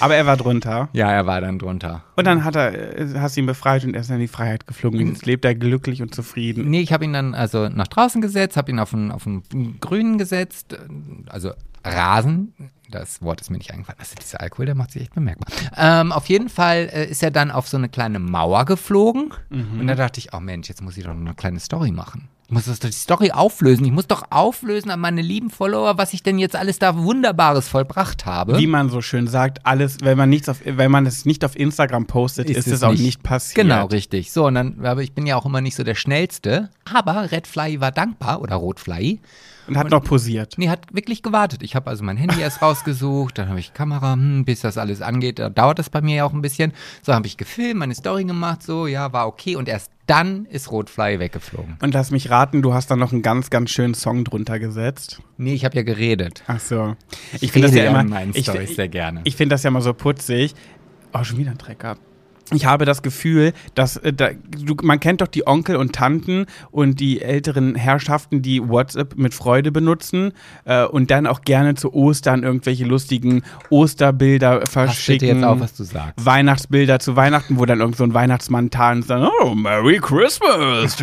Aber er war drunter. Ja, er war dann drunter. Und dann hast du ihn befreit und er ist in die Freiheit geflogen. Und jetzt lebt er glücklich und zufrieden. Nee, ich habe ihn dann also nach draußen gesetzt, habe ihn auf einen Grünen gesetzt, also Rasen. Das Wort ist mir nicht eingefallen. Also dieser Alkohol, der macht sich echt bemerkbar. Auf jeden Fall ist er dann auf so eine kleine Mauer geflogen. Und da dachte ich, oh Mensch, jetzt muss ich doch noch eine kleine Story machen. Ich muss die Story auflösen. Ich muss doch auflösen an meine lieben Follower, was ich denn jetzt alles da Wunderbares vollbracht habe. Wie man so schön sagt, alles, wenn man es nicht auf Instagram postet, ist es auch nicht passiert. Genau, richtig. So, und dann, aber ich bin ja auch immer nicht so der Schnellste. Aber Red Fly war dankbar, oder Rot Fly. Und hat noch posiert. Nee, hat wirklich gewartet. Ich habe also mein Handy erst rausgesucht, dann habe ich Kamera, bis das alles angeht, da dauert das bei mir ja auch ein bisschen. So habe ich gefilmt, meine Story gemacht, so, ja, war okay. Und erst dann ist Rotfly weggeflogen. Und lass mich raten, du hast dann noch einen ganz, ganz schönen Song drunter gesetzt. Nee, ich habe ja geredet. Ach so. Ich finde das ja immer in meinen Storys sehr gerne. Ich finde das ja immer so putzig. Oh, schon wieder ein Trecker. Ich habe das Gefühl, dass man kennt doch die Onkel und Tanten und die älteren Herrschaften, die WhatsApp mit Freude benutzen und dann auch gerne zu Ostern irgendwelche lustigen Osterbilder verschicken. Pass bitte jetzt auf, was du sagst. Weihnachtsbilder zu Weihnachten, wo dann irgend so ein Weihnachtsmann tanzt, dann, oh, Merry Christmas.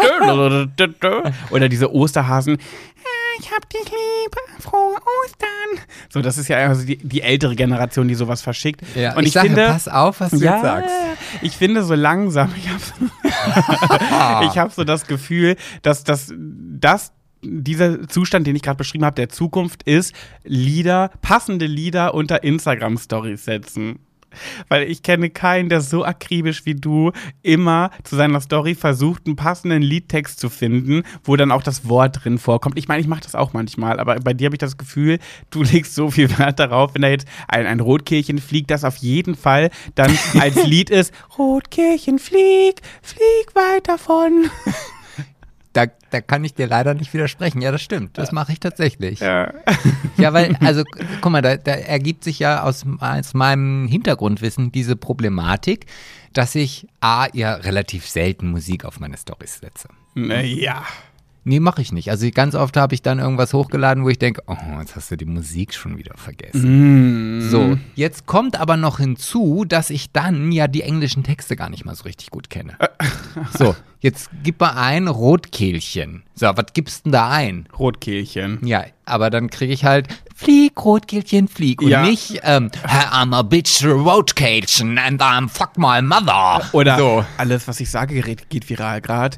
Oder diese Osterhasen. Ich hab dich lieb, frohe Ostern. So, das ist ja also die ältere Generation, die sowas verschickt. Ja, und ich sage, finde, pass auf, was du jetzt sagst. Ich finde so langsam, ich hab so das Gefühl, dass dieser Zustand, den ich gerade beschrieben habe, der Zukunft ist, passende Lieder unter Instagram-Stories setzen. Weil ich kenne keinen, der so akribisch wie du immer zu seiner Story versucht, einen passenden Liedtext zu finden, wo dann auch das Wort drin vorkommt. Ich meine, ich mache das auch manchmal, aber bei dir habe ich das Gefühl, du legst so viel Wert darauf, wenn da jetzt ein Rotkehlchen fliegt, das auf jeden Fall dann als Lied ist, Rotkehlchen flieg weit davon. Da kann ich dir leider nicht widersprechen. Ja, das stimmt. Das mache ich tatsächlich. Ja. Ja, weil, also, guck mal, da ergibt sich ja aus meinem Hintergrundwissen diese Problematik, dass ich ja relativ selten Musik auf meine Storys setze. Naja. Nee, mache ich nicht. Also ganz oft habe ich dann irgendwas hochgeladen, wo ich denke, oh, jetzt hast du die Musik schon wieder vergessen. So, jetzt kommt aber noch hinzu, dass ich dann ja die englischen Texte gar nicht mal so richtig gut kenne. So, jetzt gib mal ein Rotkehlchen. So, was gibst denn da ein? Rotkehlchen. Ja, aber dann kriege ich halt Flieg, Rotkehlchen, flieg. Und nicht I'm a bitch Rotkehlchen and I'm fuck my mother. Oder so. Alles, was ich sage, geht viral gerade.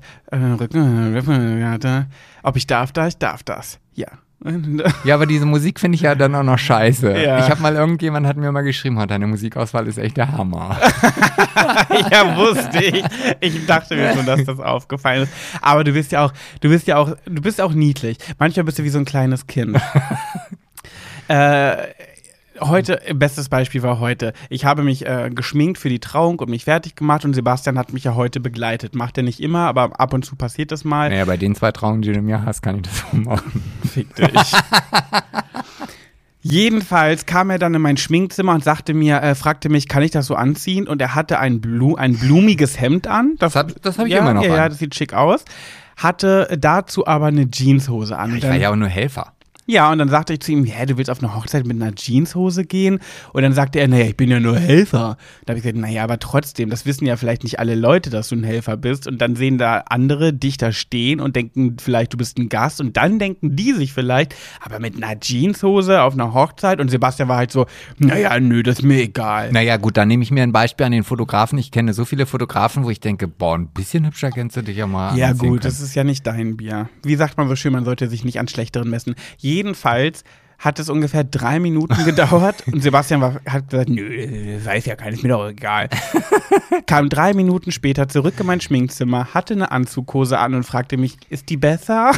Ob ich darf das. Ja. Ja, aber diese Musik finde ich ja dann auch noch scheiße. Ja. Ich habe mal, irgendjemand hat mir mal geschrieben, deine Musikauswahl ist echt der Hammer. Ja, wusste ich. Ich dachte mir schon, dass das aufgefallen ist. Aber du bist auch niedlich. Manchmal bist du wie so ein kleines Kind. Heute, bestes Beispiel war heute, ich habe mich geschminkt für die Trauung und mich fertig gemacht und Sebastian hat mich ja heute begleitet. Macht er nicht immer, aber ab und zu passiert das mal. Naja, bei den 2 Trauungen, die du mir hast, kann ich das so machen. Fick dich. Jedenfalls kam er dann in mein Schminkzimmer und fragte mich, kann ich das so anziehen? Und er hatte ein blumiges Hemd an. Das habe ich immer noch an. Ja, das sieht schick aus. Hatte dazu aber eine Jeanshose an. Ich war ja auch nur Helfer. Ja, und dann sagte ich zu ihm, du willst auf eine Hochzeit mit einer Jeanshose gehen? Und dann sagte er, ich bin ja nur Helfer. Da habe ich gesagt, aber trotzdem, das wissen ja vielleicht nicht alle Leute, dass du ein Helfer bist. Und dann sehen da andere dich da stehen und denken vielleicht, du bist ein Gast. Und dann denken die sich vielleicht, aber mit einer Jeanshose auf einer Hochzeit? Und Sebastian war halt so, nö, das ist mir egal. Naja, gut, dann nehme ich mir ein Beispiel an den Fotografen. Ich kenne so viele Fotografen, wo ich denke, ein bisschen hübscher kennst du dich ja mal. Ja gut, das ist ja nicht dein Bier. Wie sagt man so schön, man sollte sich nicht an Schlechteren messen. Jedenfalls hat es ungefähr 3 Minuten gedauert und Sebastian hat gesagt, nö, weiß ja keiner, ist mir doch egal. Kam 3 Minuten später zurück in mein Schminkzimmer, hatte eine Anzughose an und fragte mich, ist die besser?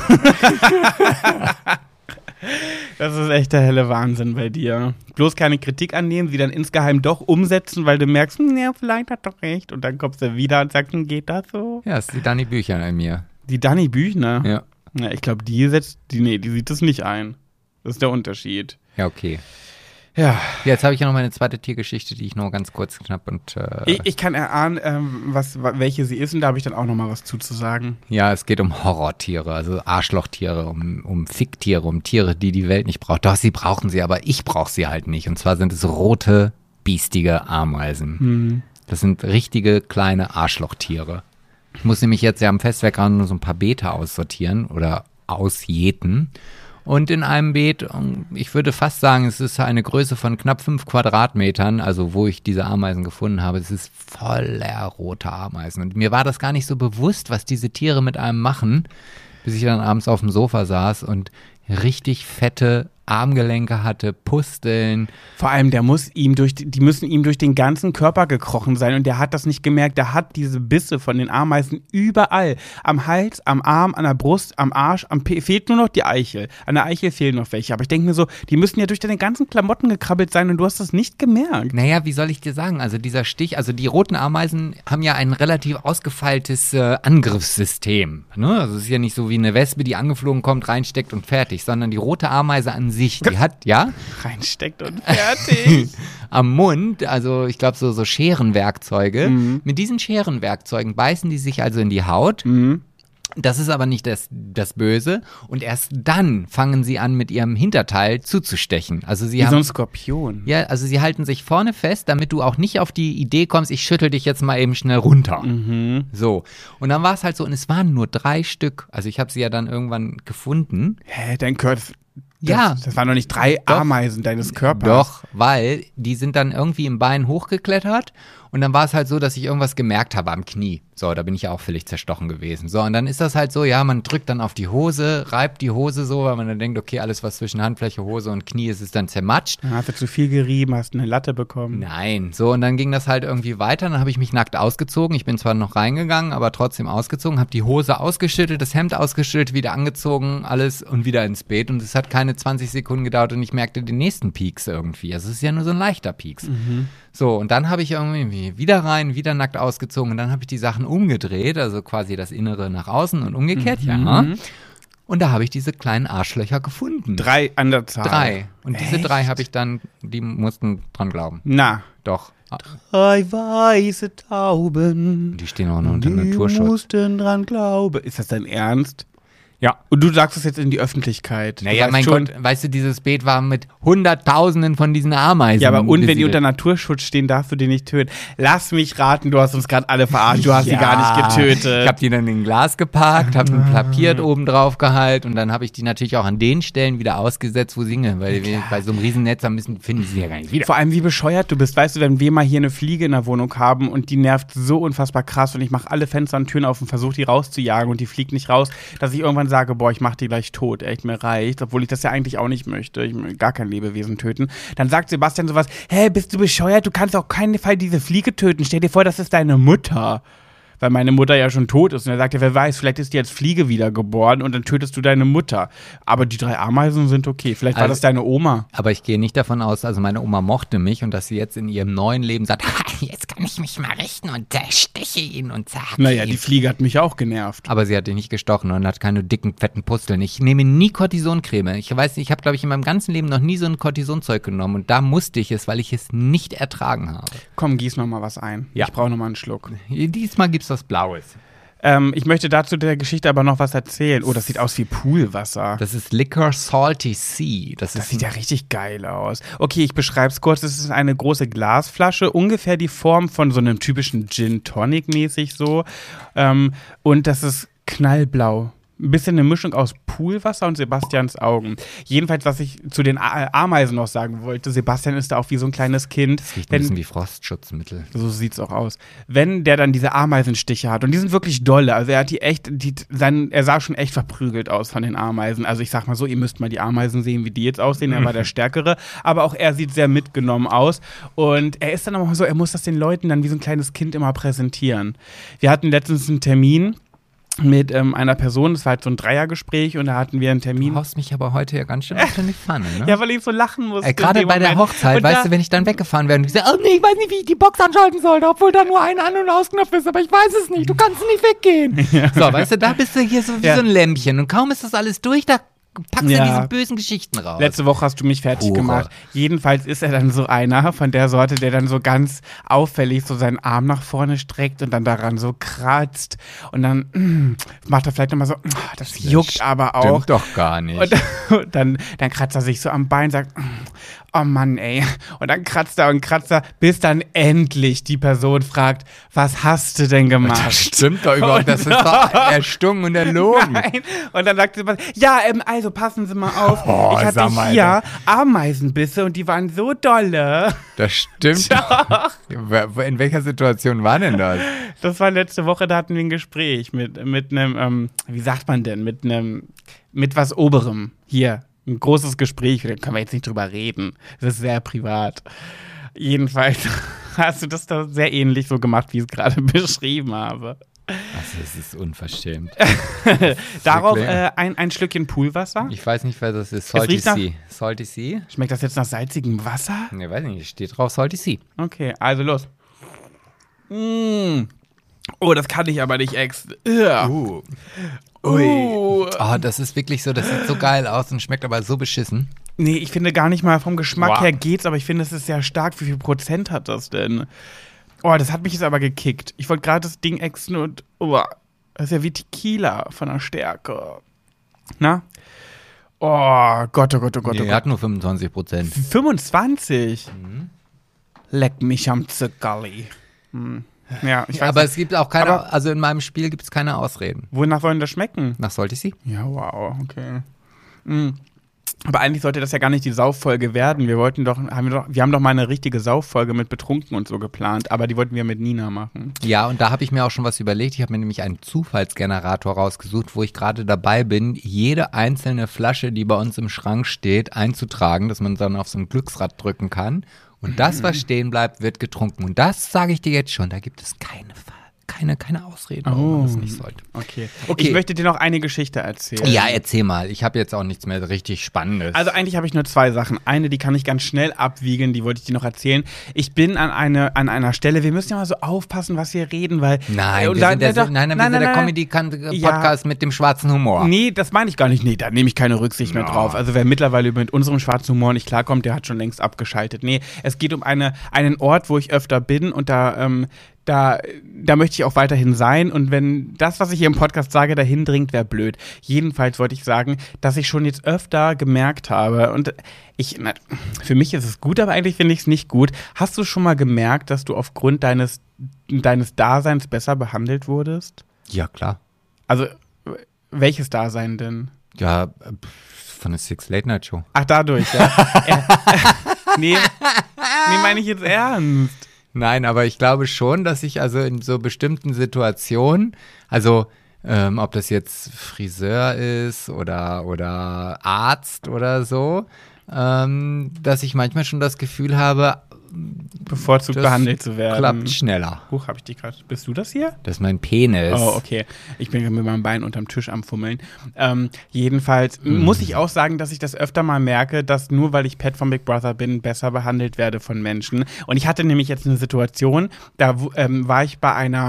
Das ist echt der helle Wahnsinn bei dir. Bloß keine Kritik annehmen, sie dann insgeheim doch umsetzen, weil du merkst, vielleicht hat doch recht. Und dann kommst du wieder und sagst, geht das so? Ja, ist die Dani Büchner in mir. Die Dani Büchner? Ja. Ja, ich glaube, die sieht das nicht ein. Das ist der Unterschied. Ja, okay. Ja. Jetzt habe ich ja noch meine zweite Tiergeschichte, die ich nur ganz kurz knapp und Ich kann erahnen, welche sie ist und da habe ich dann auch noch mal was zuzusagen. Ja, es geht um Horrortiere, also Arschlochtiere, um Ficktiere, um Tiere, die die Welt nicht braucht. Doch, sie brauchen sie, aber ich brauche sie halt nicht. Und zwar sind es rote biestige Ameisen. Das sind richtige kleine Arschlochtiere. Ich muss nämlich jetzt ja am Festwerk gerade nur so ein paar Beete aussortieren oder ausjäten. Und in einem Beet, ich würde fast sagen, es ist eine Größe von knapp 5 Quadratmetern, also wo ich diese Ameisen gefunden habe, es ist voller roter Ameisen. Und mir war das gar nicht so bewusst, was diese Tiere mit einem machen, bis ich dann abends auf dem Sofa saß und richtig fette Armgelenke hatte, Pusteln. Vor allem, die müssen ihm durch den ganzen Körper gekrochen sein und der hat das nicht gemerkt. Der hat diese Bisse von den Ameisen überall. Am Hals, am Arm, an der Brust, am Arsch, fehlt nur noch die Eichel. An der Eichel fehlen noch welche. Aber ich denke mir so, die müssen ja durch deine ganzen Klamotten gekrabbelt sein und du hast das nicht gemerkt. Naja, wie soll ich dir sagen? Also dieser Stich, also die roten Ameisen haben ja ein relativ ausgefeiltes Angriffssystem. Ne? Also es ist ja nicht so wie eine Wespe, die angeflogen kommt, reinsteckt und fertig, sondern die rote Ameise an sich, die hat, ja? Reinsteckt und fertig. Am Mund, also ich glaube so Scherenwerkzeuge. Mit diesen Scherenwerkzeugen beißen die sich also in die Haut. Das ist aber nicht das Böse. Und erst dann fangen sie an, mit ihrem Hinterteil zuzustechen. Also wie so ein Skorpion. Ja, also sie halten sich vorne fest, damit du auch nicht auf die Idee kommst, ich schüttel dich jetzt mal eben schnell runter. So. Und dann war es halt so, und es waren nur 3 Stück. Also ich habe sie ja dann irgendwann gefunden. Hä, dein Körper... Ja. Das waren noch nicht 3 Ameisen deines Körpers. Doch, weil die sind dann irgendwie im Bein hochgeklettert und dann war es halt so, dass ich irgendwas gemerkt habe am Knie. So, da bin ich ja auch völlig zerstochen gewesen. So, und dann ist das halt so, ja, man drückt dann auf die Hose, reibt die Hose so, weil man dann denkt, okay, alles, was zwischen Handfläche, Hose und Knie ist, ist dann zermatscht. Dann hast du zu viel gerieben, hast eine Latte bekommen. Nein, so, und dann ging das halt irgendwie weiter. Dann habe ich mich nackt ausgezogen. Ich bin zwar noch reingegangen, aber trotzdem ausgezogen, habe die Hose ausgeschüttelt, das Hemd ausgeschüttelt, wieder angezogen, alles und wieder ins Bett. Und es hat keine 20 Sekunden gedauert und ich merkte den nächsten Pieks irgendwie. Also es ist ja nur so ein leichter Pieks. So, und dann habe ich irgendwie wieder rein, wieder nackt ausgezogen und dann habe ich die Sachen umgedreht, also quasi das Innere nach außen und umgekehrt, ja. Und da habe ich diese kleinen Arschlöcher gefunden. 3 an der Zahl. 3. Und Echt? diese 3 habe ich dann, die mussten dran glauben. Na. Doch. 3 weiße Tauben. Die stehen auch noch unter Naturschutz. Die mussten dran glauben. Ist das dein Ernst? Ja. Und du sagst das jetzt in die Öffentlichkeit. Naja, mein Gott, weißt du, dieses Beet war mit Hunderttausenden von diesen Ameisen. Ja, aber und wenn die besiedelt. unter Naturschutz stehen, darfst du die nicht töten. Lass mich raten, du hast uns gerade alle verarscht, du hast sie gar nicht getötet. Ich habe die dann in ein Glas geparkt, habe ein Papier oben drauf gehalten und dann habe ich die natürlich auch an den Stellen wieder ausgesetzt, wo sie hingen, weil wir bei so einem Riesennetz finden sie ja gar nicht wieder. Vor allem, wie bescheuert du bist. Weißt du, wenn wir mal hier eine Fliege in der Wohnung haben und die nervt so unfassbar krass und ich mache alle Fenster und Türen auf und versuche die rauszujagen und die fliegt nicht raus, dass ich irgendwann sage, boah, ich mach die gleich tot, echt, mir reicht, obwohl ich das ja eigentlich auch nicht möchte. Ich will gar kein Lebewesen töten. Dann sagt Sebastian sowas, hä, bist du bescheuert? Du kannst auf keinen Fall diese Fliege töten. Stell dir vor, das ist deine Mutter. Weil meine Mutter ja schon tot ist. Und er sagt ja, wer weiß, vielleicht ist die als Fliege wiedergeboren und dann tötest du deine Mutter. Aber die 3 Ameisen sind okay. Vielleicht war das deine Oma. Aber ich gehe nicht davon aus, also meine Oma mochte mich und dass sie jetzt in ihrem neuen Leben sagt, jetzt kann ich mich mal richten und steche ihn und sage Naja, die Fliege hat mich auch genervt. Aber sie hat dich nicht gestochen und hat keine dicken, fetten Pusteln. Ich nehme nie Cortisoncreme. Ich weiß nicht, ich habe, glaube ich, in meinem ganzen Leben noch nie so ein Cortisonzeug genommen und da musste ich es, weil ich es nicht ertragen habe. Komm, gieß noch mal was ein. Ja. Ich brauche noch mal einen Schluck. Diesmal gibt's was Blaues. Ich möchte dazu der Geschichte aber noch was erzählen. Oh, das sieht aus wie Poolwasser. Das ist Liquor Salty Sea. Das sieht ja richtig geil aus. Okay, ich beschreibe es kurz. Es ist eine große Glasflasche, ungefähr die Form von so einem typischen Gin Tonic mäßig so. Und das ist knallblau. Ein bisschen eine Mischung aus Poolwasser und Sebastians Augen. Jedenfalls, was ich zu den Ameisen noch sagen wollte, Sebastian ist da auch wie so ein kleines Kind. Das riecht ein bisschen wie Frostschutzmittel. So sieht's auch aus. Wenn der dann diese Ameisenstiche hat, und die sind wirklich dolle, also er hat er sah schon echt verprügelt aus von den Ameisen. Also ich sag mal so, ihr müsst mal die Ameisen sehen, wie die jetzt aussehen, er war der Stärkere, aber auch er sieht sehr mitgenommen aus und er ist dann auch so, er muss das den Leuten dann wie so ein kleines Kind immer präsentieren. Wir hatten letztens einen Termin mit einer Person, das war halt so ein Dreiergespräch und da hatten wir einen Termin. Du haust mich aber heute ja ganz schön auf in die Pfanne, ne? Ja, weil ich so lachen musste. Gerade bei der Hochzeit, weißt du, wenn ich dann weggefahren wäre und ich sage, oh nee, ich weiß nicht, wie ich die Box anschalten sollte, obwohl da nur ein An- und Ausknopf ist, aber ich weiß es nicht, du kannst nicht weggehen. Ja. So, weißt du, da bist du hier so wie so ein Lämpchen und kaum ist das alles durch, da packst du diese bösen Geschichten raus. Letzte Woche hast du mich fertig gemacht. Jedenfalls ist er dann so einer von der Sorte, der dann so ganz auffällig so seinen Arm nach vorne streckt und dann daran so kratzt und dann macht er vielleicht nochmal so, das juckt aber auch. Stimmt doch gar nicht. Und dann kratzt er sich so am Bein, sagt, oh Mann, ey. Und dann kratzt er, bis dann endlich die Person fragt, was hast du denn gemacht? Das stimmt doch überhaupt, das ist doch erstunken und erlogen. Nein. Und dann sagt sie, ja, also passen Sie mal auf, ich hatte sag mal, hier Ameisenbisse und die waren so dolle. Das stimmt doch. In welcher Situation war denn das? Das war letzte Woche, da hatten wir ein Gespräch mit einem, wie sagt man denn, mit was Oberem. Hier, ein großes Gespräch, da können wir jetzt nicht drüber reden. Das ist sehr privat. Jedenfalls hast du das da sehr ähnlich so gemacht, wie ich es gerade beschrieben habe. Also, es ist unverschämt. Darauf ein Schlückchen Poolwasser. Ich weiß nicht, was das ist. Salty Sea. Salty Sea? Schmeckt das jetzt nach salzigem Wasser? Ne, weiß nicht, steht drauf Salty Sea. Okay, also los. Oh, das kann ich aber nicht extra. Ui. Oh, das ist wirklich so, das sieht so geil aus und schmeckt aber so beschissen. Nee, ich finde gar nicht mal vom Geschmack her geht's, aber ich finde, es ist sehr stark. Wie viel Prozent hat das denn? Oh, das hat mich jetzt aber gekickt. Ich wollte gerade das Ding exen und, das ist ja wie Tequila von der Stärke. Na? Oh Gott, oh Gott, oh Gott, Nee, oh Gott. er hat nur 25%. 25? Leck mich am Zuckerli. Ja, ich weiß Aber nicht. es gibt auch keine, also in meinem Spiel gibt es keine Ausreden. Wonach sollen das schmecken? Nach Salty Sea? Ja, wow, okay. Aber eigentlich sollte das ja gar nicht die Sauffolge werden. Wir haben doch mal eine richtige Sauffolge mit Betrunken und so geplant, aber die wollten wir mit Nina machen. Ja, und da habe ich mir auch schon was überlegt. Ich habe mir nämlich einen Zufallsgenerator rausgesucht, wo ich gerade dabei bin, jede einzelne Flasche, die bei uns im Schrank steht, einzutragen, dass man dann auf so ein Glücksrad drücken kann. Und das, was stehen bleibt, wird getrunken. Und das sage ich dir jetzt schon, da gibt es keine Ausreden, warum man das nicht sollte. Okay. Ich möchte dir noch eine Geschichte erzählen. Ja, erzähl mal. Ich habe jetzt auch nichts mehr richtig Spannendes. Also eigentlich habe ich nur 2 Sachen. Eine, die kann ich ganz schnell abwiegen, die wollte ich dir noch erzählen. Ich bin an einer Stelle, wir müssen ja mal so aufpassen, was wir reden, weil... Nein, wir sind der Comedy-Podcast mit dem schwarzen Humor. Nee, das meine ich gar nicht. Nee, da nehme ich keine Rücksicht mehr drauf. Also wer mittlerweile mit unserem schwarzen Humor nicht klarkommt, der hat schon längst abgeschaltet. Nee, es geht um einen Ort, wo ich öfter bin und da möchte ich auch weiterhin sein und wenn das, was ich hier im Podcast sage, dahin dringt, wäre blöd. Jedenfalls wollte ich sagen, dass ich schon jetzt öfter gemerkt habe und für mich ist es gut, aber eigentlich finde ich es nicht gut. Hast du schon mal gemerkt, dass du aufgrund deines Daseins besser behandelt wurdest? Ja, klar. Also, welches Dasein denn? Ja, von der Six Late Night Show. Ach, dadurch, ja. Nee, meine ich jetzt ernst. Nein, aber ich glaube schon, dass ich also in so bestimmten Situationen, also ob das jetzt Friseur ist oder Arzt oder so, dass ich manchmal schon das Gefühl habe, bevorzugt behandelt zu werden. Klappt schneller. Huch, habe ich dich gerade. Bist du das hier? Das ist mein Penis. Oh, okay. Ich bin mit meinem Bein unterm Tisch am Fummeln. Jedenfalls muss ich auch sagen, dass ich das öfter mal merke, dass nur weil ich Pet von Big Brother bin, besser behandelt werde von Menschen. Und ich hatte nämlich jetzt eine Situation, da war ich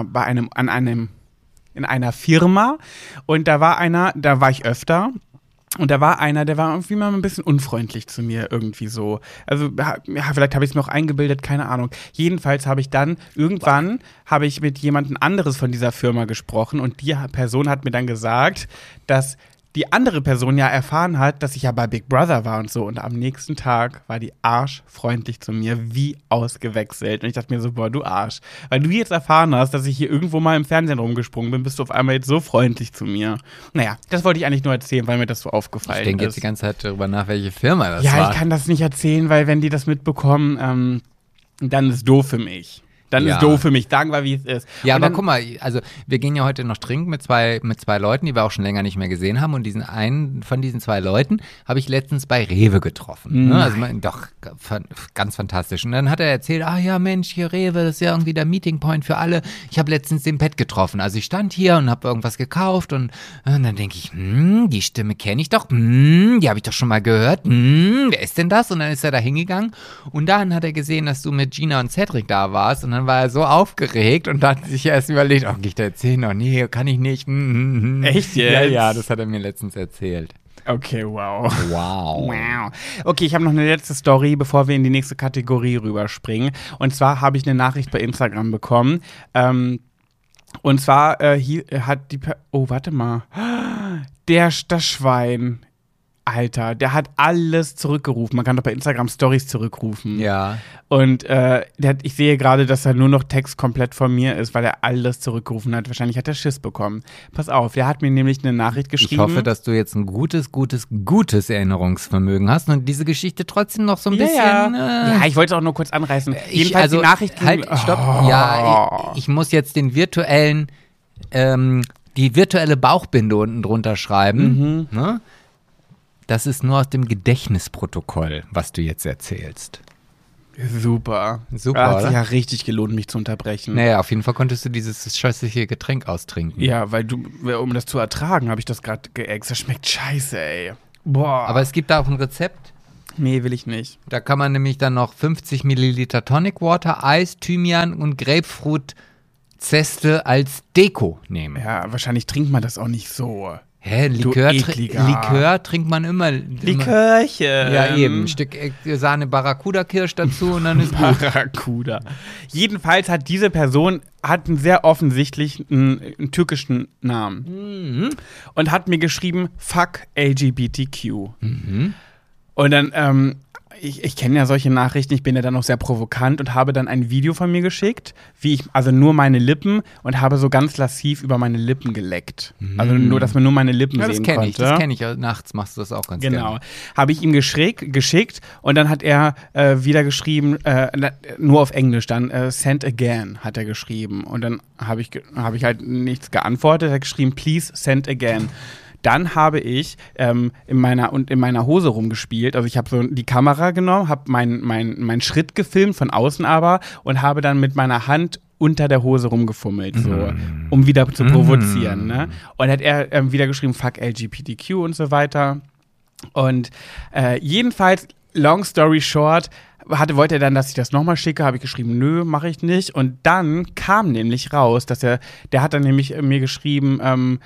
in einer Firma und da war ich öfter. Und da war einer, der war irgendwie mal ein bisschen unfreundlich zu mir irgendwie so. Also, ja, vielleicht habe ich es mir auch eingebildet, keine Ahnung. Jedenfalls habe ich dann, irgendwann habe ich mit jemandem anderes von dieser Firma gesprochen und die Person hat mir dann gesagt, dass die andere Person ja erfahren hat, dass ich ja bei Big Brother war und so. Und am nächsten Tag war die arschfreundlich zu mir, wie ausgewechselt. Und ich dachte mir so, boah, du Arsch. Weil du jetzt erfahren hast, dass ich hier irgendwo mal im Fernsehen rumgesprungen bin, bist du auf einmal jetzt so freundlich zu mir. Naja, das wollte ich eigentlich nur erzählen, weil mir das so aufgefallen ist. Ich denke jetzt die ganze Zeit darüber nach, welche Firma das war. Ja, ich kann das nicht erzählen, weil wenn die das mitbekommen, dann ist doof für mich. Dann ist doof für mich, sagen wir, wie es ist. Ja, und aber guck mal, also wir gehen ja heute noch trinken mit zwei Leuten, die wir auch schon länger nicht mehr gesehen haben. Und einen von diesen 2 Leuten habe ich letztens bei Rewe getroffen. Ne? Also doch, ganz fantastisch. Und dann hat er erzählt, ja Mensch, hier Rewe, das ist ja irgendwie der Meeting Point für alle. Ich habe letztens den Pet getroffen. Also ich stand hier und habe irgendwas gekauft und dann denke ich, die Stimme kenne ich doch, die habe ich doch schon mal gehört. Wer ist denn das? Und dann ist er da hingegangen und dann hat er gesehen, dass du mit Gina und Cedric da warst und dann war er so aufgeregt und hat sich erst überlegt, gehe ich da erzählen? Oh nee, kann ich nicht. Echt jetzt? Ja, das hat er mir letztens erzählt. Okay, wow. Okay, ich habe noch eine letzte Story, bevor wir in die nächste Kategorie rüberspringen. Und zwar habe ich eine Nachricht bei Instagram bekommen. Und zwar hat warte mal. Das Schwein Alter, der hat alles zurückgerufen. Man kann doch bei Instagram Stories zurückrufen. Ja. Und ich sehe gerade, dass da nur noch Text komplett von mir ist, weil er alles zurückgerufen hat. Wahrscheinlich hat er Schiss bekommen. Pass auf, der hat mir nämlich eine Nachricht geschrieben. Ich hoffe, dass du jetzt ein gutes Erinnerungsvermögen hast und diese Geschichte trotzdem noch so ein bisschen... Ja, ich wollte es auch nur kurz anreißen. Jedenfalls die Nachricht ging... Halt, stopp. Oh. Ja, ich muss jetzt den virtuellen... die virtuelle Bauchbinde unten drunter schreiben. Ne? Das ist nur aus dem Gedächtnisprotokoll, was du jetzt erzählst. Super. Hat sich ja richtig gelohnt, mich zu unterbrechen. Naja, auf jeden Fall konntest du dieses scheußliche Getränk austrinken. Ja, weil um das zu ertragen, habe ich das gerade geäxt. Das schmeckt scheiße, ey. Boah. Aber es gibt da auch ein Rezept. Nee, will ich nicht. Da kann man nämlich dann noch 50 Milliliter Tonic Water, Eis, Thymian und Grapefruit-Zeste als Deko nehmen. Ja, wahrscheinlich trinkt man das auch nicht so. Hä, Likör trinkt man immer. Likörchen. Ja, eben. Ein Stück Sahne Barracuda-Kirsch dazu und dann ist gut. Barracuda. Jedenfalls hat diese Person einen sehr offensichtlich einen türkischen Namen. Und hat mir geschrieben, fuck LGBTQ. Und dann, ich kenne ja solche Nachrichten, ich bin ja dann auch sehr provokant und habe dann ein Video von mir geschickt, also nur meine Lippen und habe so ganz lassiv über meine Lippen geleckt. Also nur, dass man nur meine Lippen sehen konnte. Das kenne ich. Nachts machst du das auch ganz gerne. Genau. Habe ich ihm geschickt und dann hat er wieder geschrieben, nur auf Englisch dann, send again, hat er geschrieben. Und dann habe ich halt nichts geantwortet, er hat geschrieben, please send again. Dann habe ich in meiner Hose rumgespielt. Also ich habe so die Kamera genommen, habe meinen Schritt gefilmt, von außen aber, und habe dann mit meiner Hand unter der Hose rumgefummelt, so, um wieder zu provozieren. Ne? Und hat er wieder geschrieben, fuck LGBTQ und so weiter. Und jedenfalls, long story short, wollte er dann, dass ich das nochmal schicke, habe ich geschrieben, nö, mache ich nicht. Und dann kam nämlich raus, dass der hat dann nämlich mir geschrieben,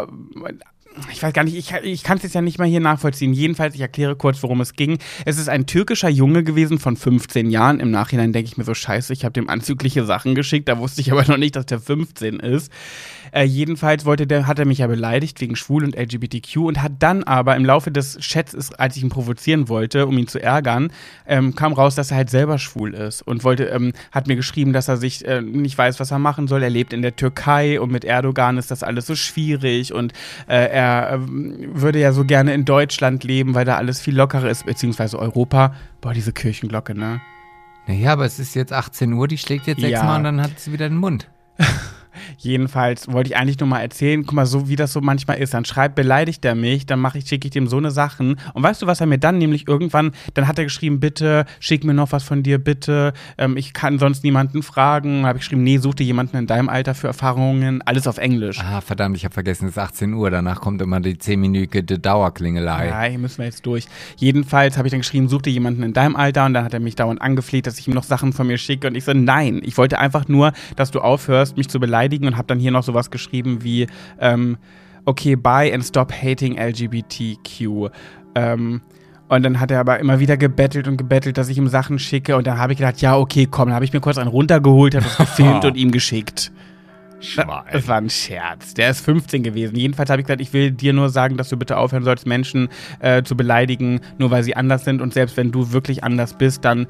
ich weiß gar nicht, ich kann es jetzt ja nicht mal hier nachvollziehen. Jedenfalls, ich erkläre kurz, worum es ging. Es ist ein türkischer Junge gewesen von 15 Jahren. Im Nachhinein denke ich mir so, scheiße, ich habe dem anzügliche Sachen geschickt. Da wusste ich aber noch nicht, dass der 15 ist. Jedenfalls hat er mich ja beleidigt wegen Schwul und LGBTQ und hat dann aber im Laufe des Chats, als ich ihn provozieren wollte, um ihn zu ärgern, kam raus, dass er halt selber schwul ist und hat mir geschrieben, dass er sich nicht weiß, was er machen soll. Er lebt in der Türkei und mit Erdogan ist das alles so schwierig und er würde ja so gerne in Deutschland leben, weil da alles viel lockerer ist, beziehungsweise Europa. Boah, diese Kirchenglocke, ne? Naja, aber es ist jetzt 18 Uhr, die schlägt jetzt 6 Mal und dann hat sie wieder den Mund. Jedenfalls wollte ich eigentlich nur mal erzählen, guck mal, so wie das so manchmal ist, dann beleidigt er mich, dann schicke ich dem so eine Sachen und weißt du, was er mir dann nämlich irgendwann, dann hat er geschrieben, bitte, schick mir noch was von dir, bitte, ich kann sonst niemanden fragen, habe ich geschrieben, nee, such dir jemanden in deinem Alter für Erfahrungen, alles auf Englisch. Ah, verdammt, ich habe vergessen, es ist 18 Uhr, danach kommt immer die 10-minütige Dauerklingelei. Ja, hier müssen wir jetzt durch. Jedenfalls habe ich dann geschrieben, such dir jemanden in deinem Alter und dann hat er mich dauernd angefleht, dass ich ihm noch Sachen von mir schicke und ich so, nein, ich wollte einfach nur, dass du aufhörst, mich zu beleidigen und habe dann hier noch sowas geschrieben wie okay, bye and stop hating LGBTQ. Und dann hat er aber immer wieder gebettelt, dass ich ihm Sachen schicke und dann habe ich gedacht, ja, okay, komm, dann habe ich mir kurz einen runtergeholt, habe das gefilmt und ihm geschickt. Das war ein Scherz. Der ist 15 gewesen. Jedenfalls habe ich gesagt, ich will dir nur sagen, dass du bitte aufhören sollst, Menschen zu beleidigen, nur weil sie anders sind. Und selbst wenn du wirklich anders bist, dann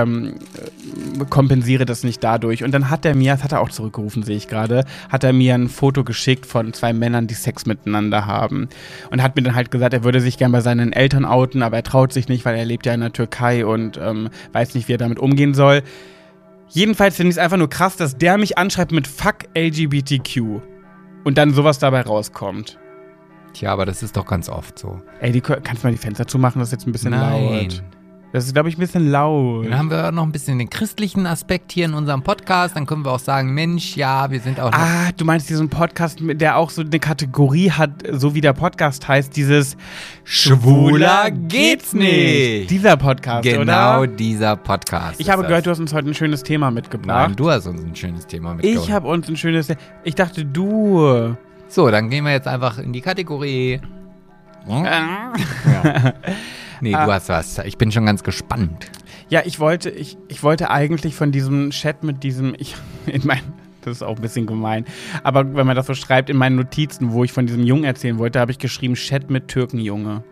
kompensiere das nicht dadurch. Und dann hat er mir, das hat er auch zurückgerufen, sehe ich gerade, hat er mir ein Foto geschickt von 2 Männern, die Sex miteinander haben. Und hat mir dann halt gesagt, er würde sich gern bei seinen Eltern outen, aber er traut sich nicht, weil er lebt ja in der Türkei und weiß nicht, wie er damit umgehen soll. Jedenfalls finde ich es einfach nur krass, dass der mich anschreibt mit Fuck LGBTQ und dann sowas dabei rauskommt. Tja, aber das ist doch ganz oft so. Ey, kannst du mal die Fenster zumachen? Das ist jetzt ein bisschen laut. Das ist, glaube ich, ein bisschen laut. Dann haben wir noch ein bisschen den christlichen Aspekt hier in unserem Podcast. Dann können wir auch sagen, Mensch, ja, wir sind auch... du meinst diesen Podcast, der auch so eine Kategorie hat, so wie der Podcast heißt, dieses Schwuler geht's nicht. Dieser Podcast, genau, oder? Genau dieser Podcast. Ich habe gehört, du hast uns heute ein schönes Thema mitgebracht. Nein, du hast uns ein schönes Thema mitgebracht. Ich habe uns ein schönes... Ich dachte, du... So, dann gehen wir jetzt einfach in die Kategorie... Ja. Nee, du hast was. Ich bin schon ganz gespannt. Ja, ich wollte eigentlich von diesem Chat mit diesem, das ist auch ein bisschen gemein, aber wenn man das so schreibt, in meinen Notizen, wo ich von diesem Jungen erzählen wollte, habe ich geschrieben, Chat mit Türkenjunge.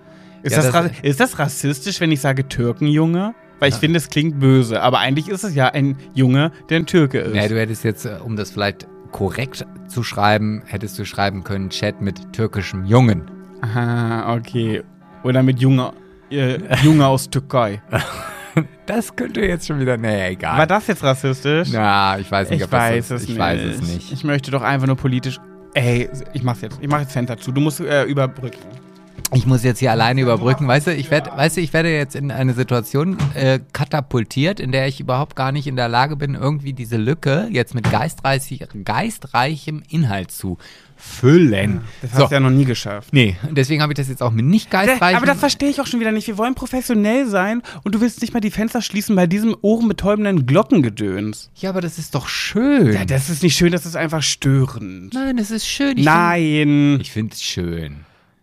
Ist das rassistisch, wenn ich sage Türkenjunge? Weil ich finde, es klingt böse. Aber eigentlich ist es ja ein Junge, der ein Türke ist. Ja, du hättest jetzt, um das vielleicht korrekt zu schreiben, hättest du schreiben können, Chat mit türkischem Jungen. Aha, okay. Oder mit Junge aus Türkei. Das könnte jetzt schon wieder, nee, egal. War das jetzt rassistisch? Na, ich weiß nicht, Ich weiß es nicht. Ich möchte doch einfach nur politisch... Ey, ich mach jetzt Fenster zu. Du musst überbrücken. Ich muss jetzt hier alleine überbrücken. Weißt du, ich werde jetzt in eine Situation katapultiert, in der ich überhaupt gar nicht in der Lage bin, irgendwie diese Lücke jetzt mit geistreichem Inhalt zu füllen. Das hast du ja noch nie geschafft. Nee, deswegen habe ich das jetzt auch mit nicht geistreichem... Aber das verstehe ich auch schon wieder nicht. Wir wollen professionell sein und du willst nicht mal die Fenster schließen bei diesem ohrenbetäubenden Glockengedöns. Ja, aber das ist doch schön. Ja, das ist nicht schön, das ist einfach störend. Nein, das ist schön. Ich finde es schön.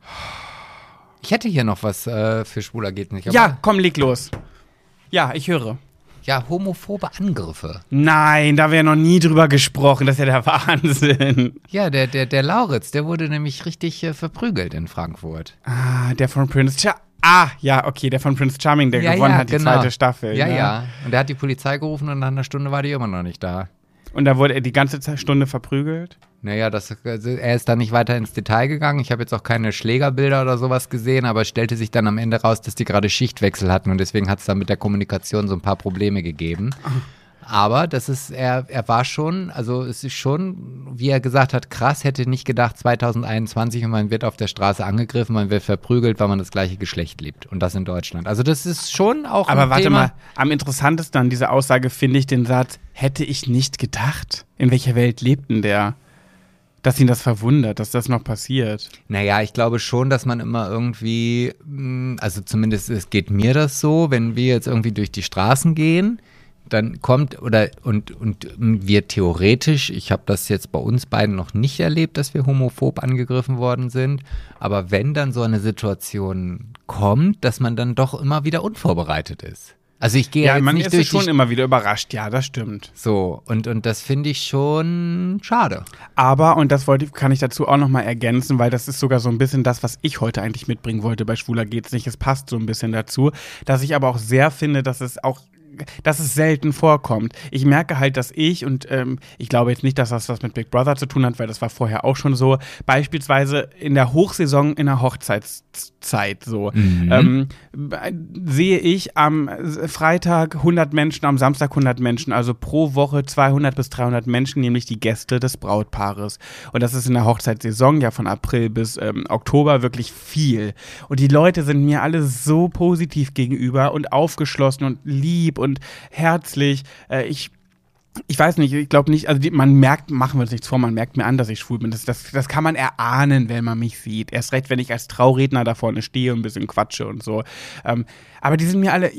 Ich hätte hier noch was für Schwuler geht nicht. Ja, komm, leg los. Ja, ich höre. Ja, homophobe Angriffe. Nein, da haben wir ja noch nie drüber gesprochen. Das ist ja der Wahnsinn. Ja, der Lauritz, der wurde nämlich richtig verprügelt in Frankfurt. Ah, der von Prince Charming. Ja, okay, der von Prince Charming, der gewonnen hat, die zweite Staffel. Ja, ne? ja. Und der hat die Polizei gerufen und nach einer Stunde war die immer noch nicht da. Und da wurde er die ganze Stunde verprügelt? Naja, er ist da nicht weiter ins Detail gegangen. Ich habe jetzt auch keine Schlägerbilder oder sowas gesehen, aber es stellte sich dann am Ende raus, dass die gerade Schichtwechsel hatten und deswegen hat es dann mit der Kommunikation so ein paar Probleme gegeben. Aber er war schon, also es ist schon, wie er gesagt hat, krass, hätte nicht gedacht, 2021 und man wird auf der Straße angegriffen, man wird verprügelt, weil man das gleiche Geschlecht liebt. Und das in Deutschland. Also das ist schon auch aber ein warte Thema. mal, am interessantesten an dieser Aussage finde ich den Satz, hätte ich nicht gedacht. In welcher Welt lebt denn der? Dass ihn das verwundert, dass das noch passiert. Naja, ich glaube schon, dass man immer irgendwie, also zumindest es geht mir das so, wenn wir jetzt irgendwie durch die Straßen gehen, dann kommt und wir theoretisch, ich habe das jetzt bei uns beiden noch nicht erlebt, dass wir homophob angegriffen worden sind, aber wenn dann so eine Situation kommt, dass man dann doch immer wieder unvorbereitet ist. Also ich gehe jetzt man nicht ist durch schon immer wieder überrascht, ja, das stimmt. So, und das finde ich schon schade. Aber, und das kann ich dazu auch nochmal ergänzen, weil das ist sogar so ein bisschen das, was ich heute eigentlich mitbringen wollte bei Schwuler geht's nicht, es passt so ein bisschen dazu, dass ich aber auch sehr finde, dass es selten vorkommt. Ich merke halt, dass ich glaube jetzt nicht, dass das was mit Big Brother zu tun hat, weil das war vorher auch schon so, beispielsweise in der Hochsaison, in der Hochzeitszeit so, sehe ich am Freitag 100 Menschen, am Samstag 100 Menschen, also pro Woche 200 bis 300 Menschen, nämlich die Gäste des Brautpaares. Und das ist in der Hochzeitssaison, ja von April bis Oktober, wirklich viel. Und die Leute sind mir alle so positiv gegenüber und aufgeschlossen und lieb und herzlich. Ich weiß nicht, ich glaube nicht, also man merkt, machen wir uns nichts vor, man merkt mir an, dass ich schwul bin. Das kann man erahnen, wenn man mich sieht. Erst recht, wenn ich als Trauredner da vorne stehe und ein bisschen quatsche und so. Aber die sind mir alle,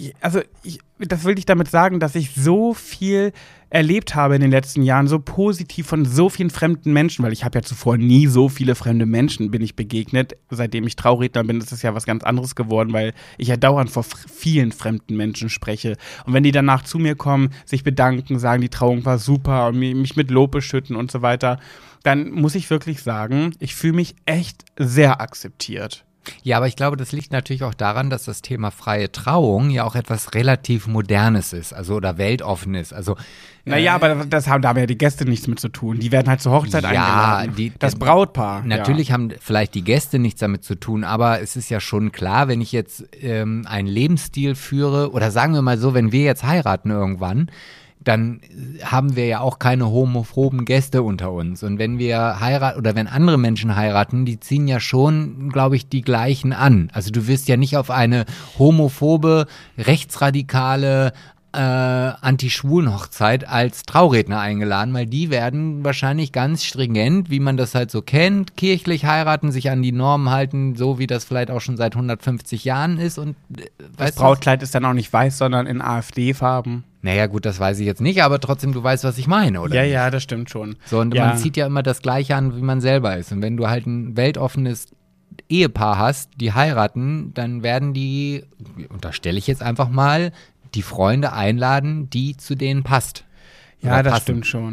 das will ich damit sagen, dass ich so viel erlebt habe in den letzten Jahren, so positiv von so vielen fremden Menschen, weil ich habe ja zuvor nie so viele fremde Menschen bin ich begegnet. Seitdem ich Trauredner bin, ist es ja was ganz anderes geworden, weil ich ja dauernd vor vielen fremden Menschen spreche. Und wenn die danach zu mir kommen, sich bedanken, sagen, die Trauung war super und mich mit Lob beschütten und so weiter, dann muss ich wirklich sagen, ich fühle mich echt sehr akzeptiert. Ja, aber ich glaube, das liegt natürlich auch daran, dass das Thema freie Trauung ja auch etwas relativ Modernes ist, also oder weltoffenes. Also naja, aber da haben ja die Gäste nichts mit zu tun. Die werden halt zur Hochzeit eingeladen. Das Brautpaar. Natürlich haben vielleicht die Gäste nichts damit zu tun, aber es ist ja schon klar, wenn ich jetzt einen Lebensstil führe, oder sagen wir mal so, wenn wir jetzt heiraten irgendwann, dann haben wir ja auch keine homophoben Gäste unter uns. Und wenn wir heiraten oder wenn andere Menschen heiraten, die ziehen ja schon, glaube ich, die gleichen an. Also du wirst ja nicht auf eine homophobe, rechtsradikale Anti-Schwulen-Hochzeit als Trauredner eingeladen, weil die werden wahrscheinlich ganz stringent, wie man das halt so kennt, kirchlich heiraten, sich an die Normen halten, so wie das vielleicht auch schon seit 150 Jahren ist. Und das Brautkleid ist dann auch nicht weiß, sondern in AfD-Farben. Naja, gut, das weiß ich jetzt nicht, aber trotzdem, du weißt, was ich meine, oder? Ja, nicht? Ja, das stimmt schon. So, und man zieht ja immer das Gleiche an, wie man selber ist. Und wenn du halt ein weltoffenes Ehepaar hast, die heiraten, dann werden die, unterstelle ich jetzt einfach mal, die Freunde einladen, die zu denen passt. Ja, das stimmt schon.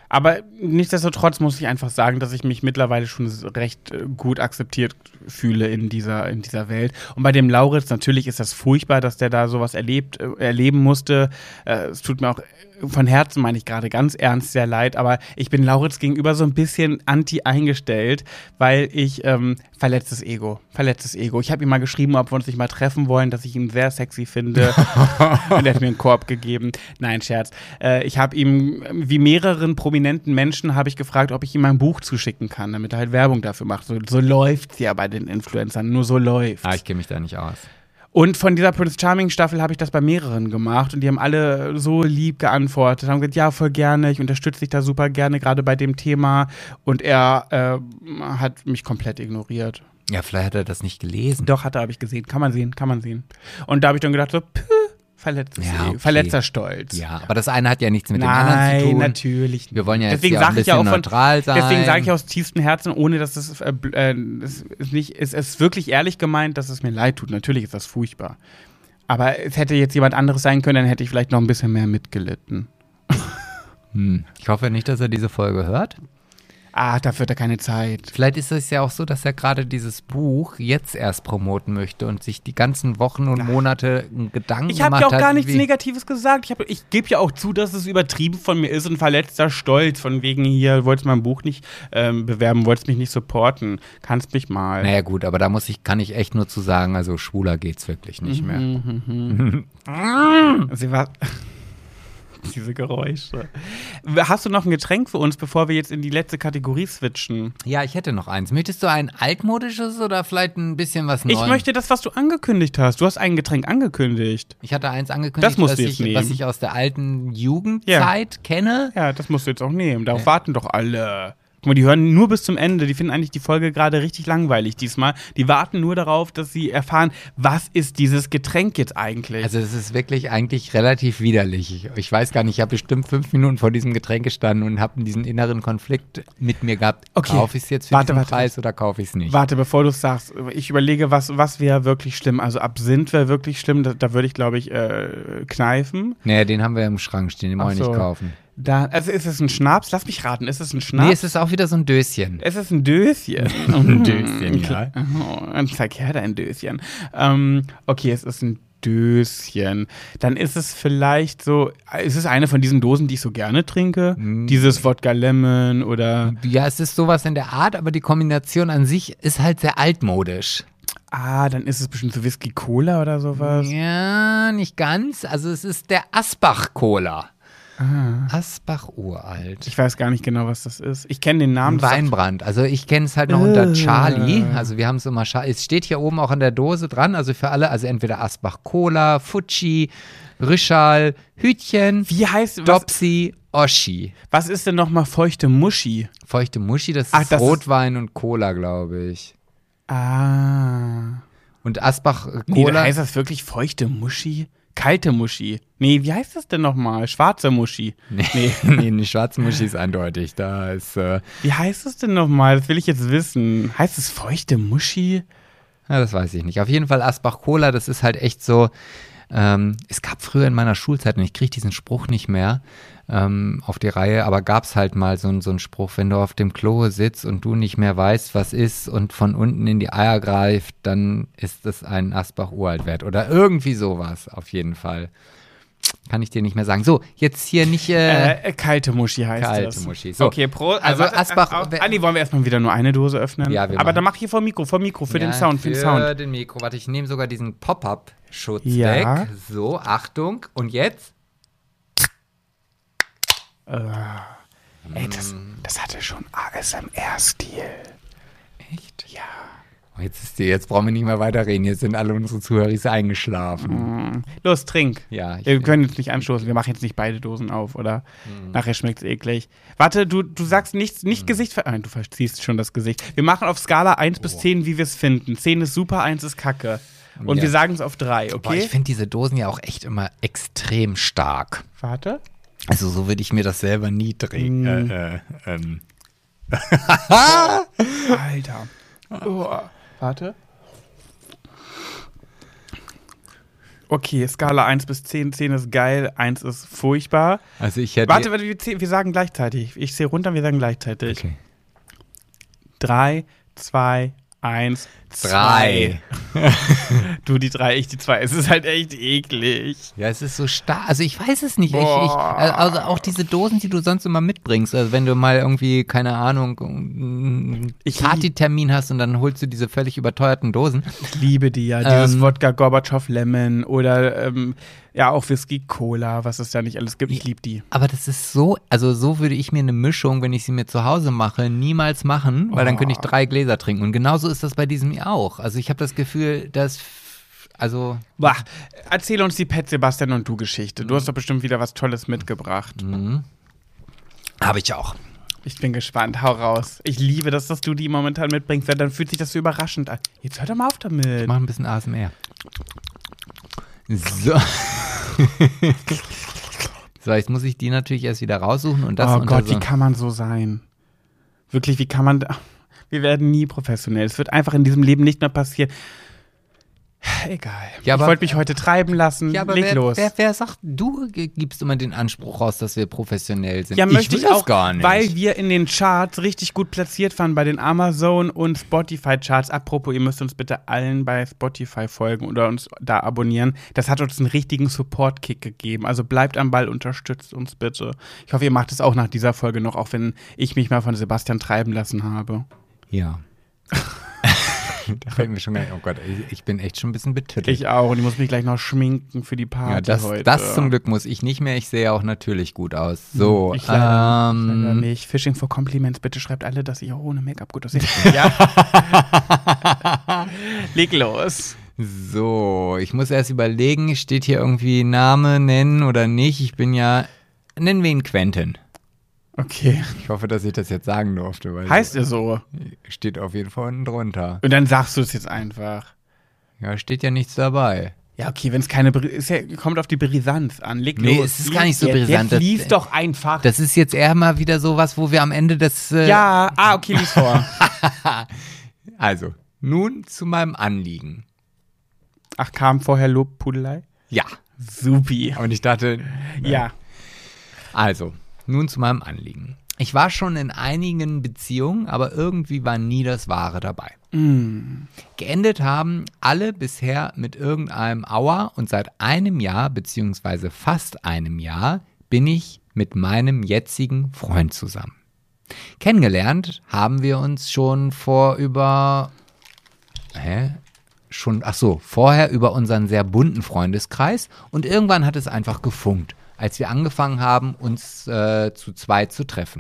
Aber nichtsdestotrotz muss ich einfach sagen, dass ich mich mittlerweile schon recht gut akzeptiert fühle in dieser Welt. Und bei dem Lauritz, natürlich ist das furchtbar, dass der da sowas erleben musste. Es tut mir auch von Herzen, meine ich gerade ganz ernst, sehr leid. Aber ich bin Lauritz gegenüber so ein bisschen anti eingestellt, weil ich verletztes Ego. Ich habe ihm mal geschrieben, ob wir uns nicht mal treffen wollen, dass ich ihn sehr sexy finde. Und er hat mir einen Korb gegeben. Nein, Scherz. Ich habe ihm, wie mehreren prominenten Menschen, habe ich gefragt, ob ich ihm ein Buch zuschicken kann, damit er halt Werbung dafür macht. So läuft's ja bei den Influencern, nur so läuft's. Ich kenne mich da nicht aus. Und von dieser Prince Charming Staffel habe ich das bei mehreren gemacht und die haben alle so lieb geantwortet, haben gesagt, ja, voll gerne, ich unterstütze dich da super gerne, gerade bei dem Thema. Und er hat mich komplett ignoriert. Ja, vielleicht hat er das nicht gelesen. Doch, habe ich gesehen. Kann man sehen. Und da habe ich dann gedacht, so, verletzter Stolz. Ja, aber das eine hat ja nichts mit dem anderen zu tun. Nein, natürlich nicht. Wir wollen ja jetzt deswegen auch ein bisschen neutral sein. Deswegen sage ich aus tiefstem Herzen, ohne dass es ist wirklich ehrlich gemeint, dass es mir leid tut. Natürlich ist das furchtbar. Aber es hätte jetzt jemand anderes sein können, dann hätte ich vielleicht noch ein bisschen mehr mitgelitten. Ich hoffe nicht, dass er diese Folge hört. Dafür hat er keine Zeit. Vielleicht ist es ja auch so, dass er gerade dieses Buch jetzt erst promoten möchte und sich die ganzen Wochen und Monate Gedanken gemacht hat. Ich habe ja auch gar nichts Negatives gesagt. Ich gebe ja auch zu, dass es übertrieben von mir ist und verletzter Stolz. Von wegen hier, wolltest mein Buch nicht bewerben, wolltest mich nicht supporten. Kannst mich mal. Naja gut, aber da kann ich echt nur zu sagen, also schwuler geht's wirklich nicht mehr. Sie war... Diese Geräusche. Hast du noch ein Getränk für uns, bevor wir jetzt in die letzte Kategorie switchen? Ja, ich hätte noch eins. Möchtest du ein altmodisches oder vielleicht ein bisschen was Neues? Ich möchte das, was du angekündigt hast. Du hast ein Getränk angekündigt. Ich hatte eins angekündigt, was ich aus der alten Jugendzeit kenne. Ja, das musst du jetzt auch nehmen. Darauf warten doch alle. Guck mal, die hören nur bis zum Ende. Die finden eigentlich die Folge gerade richtig langweilig diesmal. Die warten nur darauf, dass sie erfahren, was ist dieses Getränk jetzt eigentlich? Also es ist wirklich eigentlich relativ widerlich. Ich weiß gar nicht, ich habe bestimmt 5 Minuten vor diesem Getränk gestanden und habe diesen inneren Konflikt mit mir gehabt. Okay. Kaufe ich es jetzt für diesen Preis oder kaufe ich es nicht? Warte, bevor du es sagst, ich überlege, was wäre wirklich schlimm. Also Absinth wäre wirklich schlimm. Da würde ich, glaube ich, kneifen. Naja, den haben wir im Schrank stehen, den wollen wir nicht kaufen. Also ist es ein Schnaps? Lass mich raten, ist es ein Schnaps? Nee, es ist auch wieder so ein Döschen. Es ist ein Döschen. Ein Döschen, ja. Ein verkehrter ein Döschen. Okay, es ist ein Döschen. Dann ist es vielleicht so, ist es eine von diesen Dosen, die ich so gerne trinke? Dieses Wodka Lemon oder... Ja, es ist sowas in der Art, aber die Kombination an sich ist halt sehr altmodisch. Dann ist es bestimmt so Whisky Cola oder sowas. Ja, nicht ganz. Also es ist der Asbach Cola. Asbach uralt. Ich weiß gar nicht genau, was das ist. Ich kenne den Namen. Weinbrand. Also ich kenne es halt noch unter Charlie. Also wir haben es immer Charlie. Es steht hier oben auch an der Dose dran. Also für alle, also entweder Asbach Cola, Fuji, Rischal, Hütchen, wie heißt Dopsy, Oschi. Was ist denn nochmal feuchte Muschi? Feuchte Muschi, das ist Rotwein und Cola, glaube ich. Und Asbach Cola. Nee, heißt das wirklich feuchte Muschi? Kalte Muschi. Nee, wie heißt das denn nochmal? Schwarze Muschi. Nee, eine schwarze Muschi ist eindeutig. Da ist. Wie heißt das denn nochmal? Das will ich jetzt wissen. Heißt es feuchte Muschi? Ja, das weiß ich nicht. Auf jeden Fall Asbach Cola, das ist halt echt so. Es gab früher in meiner Schulzeit, und ich kriege diesen Spruch nicht mehr auf die Reihe, aber gab es halt mal so einen Spruch, wenn du auf dem Klo sitzt und du nicht mehr weißt, was ist und von unten in die Eier greift, dann ist es ein Asbach uralt wert oder irgendwie sowas auf jeden Fall. Kann ich dir nicht mehr sagen. So, jetzt hier nicht... kalte Muschi heißt das. Kalte Muschi. So. Okay, also Asbach... Andi, wollen wir erstmal wieder nur eine Dose öffnen? Ja, aber dann mach hier vor Mikro, für den Sound. Für den Mikro. Warte, ich nehme sogar diesen Pop-Up-Schutz weg. So, Achtung. Und jetzt? Ey, das hatte schon ASMR-Stil. Echt? Ja. Jetzt brauchen wir nicht mehr weiterreden. Jetzt sind alle unsere Zuhörer eingeschlafen. Los, trink. Ja, wir können jetzt nicht anstoßen. Wir machen jetzt nicht beide Dosen auf, oder? Nachher schmeckt es eklig. Warte, du sagst nichts, nicht Gesicht. Nein, du verziehst schon das Gesicht. Wir machen auf Skala 1 bis 10, wie wir es finden. 10 ist super, 1 ist Kacke. Und wir sagen es auf 3, okay? Boah, ich finde diese Dosen ja auch echt immer extrem stark. Warte. Also so würde ich mir das selber nie drehen. Alter. Oh. Warte. Okay, Skala 1 bis 10. 10 ist geil, 1 ist furchtbar. Also ich hätte... Warte, wir sagen gleichzeitig. Ich zähle runter, wir sagen gleichzeitig. Okay. 3, 2, 1, 3. Du die 3, ich die 2. Es ist halt echt eklig. Ja, es ist so stark. Also ich weiß es nicht. Boah. Also auch diese Dosen, die du sonst immer mitbringst. Also wenn du mal irgendwie, keine Ahnung, einen Partytermin hast und dann holst du diese völlig überteuerten Dosen. Ich liebe die ja. Dieses Wodka Gorbatschow Lemon oder ja auch Whisky Cola, was es da nicht alles gibt. Ich liebe die. Aber das ist so, also so würde ich mir eine Mischung, wenn ich sie mir zu Hause mache, niemals machen, weil dann könnte ich 3 Gläser trinken. Und genauso ist das bei diesem hier auch. Also ich habe das Gefühl, dass, also... Bah, erzähl uns die Pet Sebastian und du Geschichte. Du hast doch bestimmt wieder was Tolles mitgebracht. Habe ich auch. Ich bin gespannt, hau raus. Ich liebe das, dass du die momentan mitbringst, weil dann fühlt sich das so überraschend an. Jetzt hör doch mal auf damit. Ich mach ein bisschen ASMR. So. So, jetzt muss ich die natürlich erst wieder raussuchen und das. Oh Gott, wie kann man so sein? Wirklich, wie kann man... Wir werden nie professionell. Es wird einfach in diesem Leben nicht mehr passieren. Egal. Ja, ich wollte mich heute treiben lassen. Ja, aber Leg los. Wer sagt, du gibst immer den Anspruch raus, dass wir professionell sind? Ja, möchte ich auch, gar nicht. weil wir in den Charts richtig gut platziert waren bei den Amazon- und Spotify-Charts. Apropos, ihr müsst uns bitte allen bei Spotify folgen oder uns da abonnieren. Das hat uns einen richtigen Support-Kick gegeben. Also bleibt am Ball, unterstützt uns bitte. Ich hoffe, ihr macht es auch nach dieser Folge noch, auch wenn ich mich mal von Sebastian treiben lassen habe. Ja. Da fällt mir schon gar nicht, oh Gott, ich bin echt schon ein bisschen betüttelt. Ich auch und ich muss mich gleich noch schminken für die Party heute. Das zum Glück muss ich nicht mehr, ich sehe auch natürlich gut aus. So, ich leider nicht. Fishing for Compliments, bitte schreibt alle, dass ich auch ohne Make-up gut aussehe. Ja. Leg los. So, ich muss erst überlegen, steht hier irgendwie Name nennen oder nicht? Nennen wir ihn Quentin. Okay. Ich hoffe, dass ich das jetzt sagen durfte. Weil heißt er so? Steht auf jeden Fall unten drunter. Und dann sagst du es jetzt einfach. Ja, steht ja nichts dabei. Ja, okay, wenn es keine kommt auf die Brisanz an. Leg los. Nee, es ist gar nicht so brisant. Jetzt lies doch einfach. Das ist jetzt eher mal wieder sowas, wo wir am Ende des... Ja, okay, lies vor. Also, nun zu meinem Anliegen. Ach, kam vorher Lobpudelei? Ja. Supi. Und ich dachte... Ja. Also... Nun zu meinem Anliegen. Ich war schon in einigen Beziehungen, aber irgendwie war nie das Wahre dabei. Geendet haben alle bisher mit irgendeinem Aua und seit einem Jahr, beziehungsweise fast einem Jahr, bin ich mit meinem jetzigen Freund zusammen. Kennengelernt haben wir uns schon vorher über unseren sehr bunten Freundeskreis und irgendwann hat es einfach gefunkt, als wir angefangen haben, uns zu zweit zu treffen.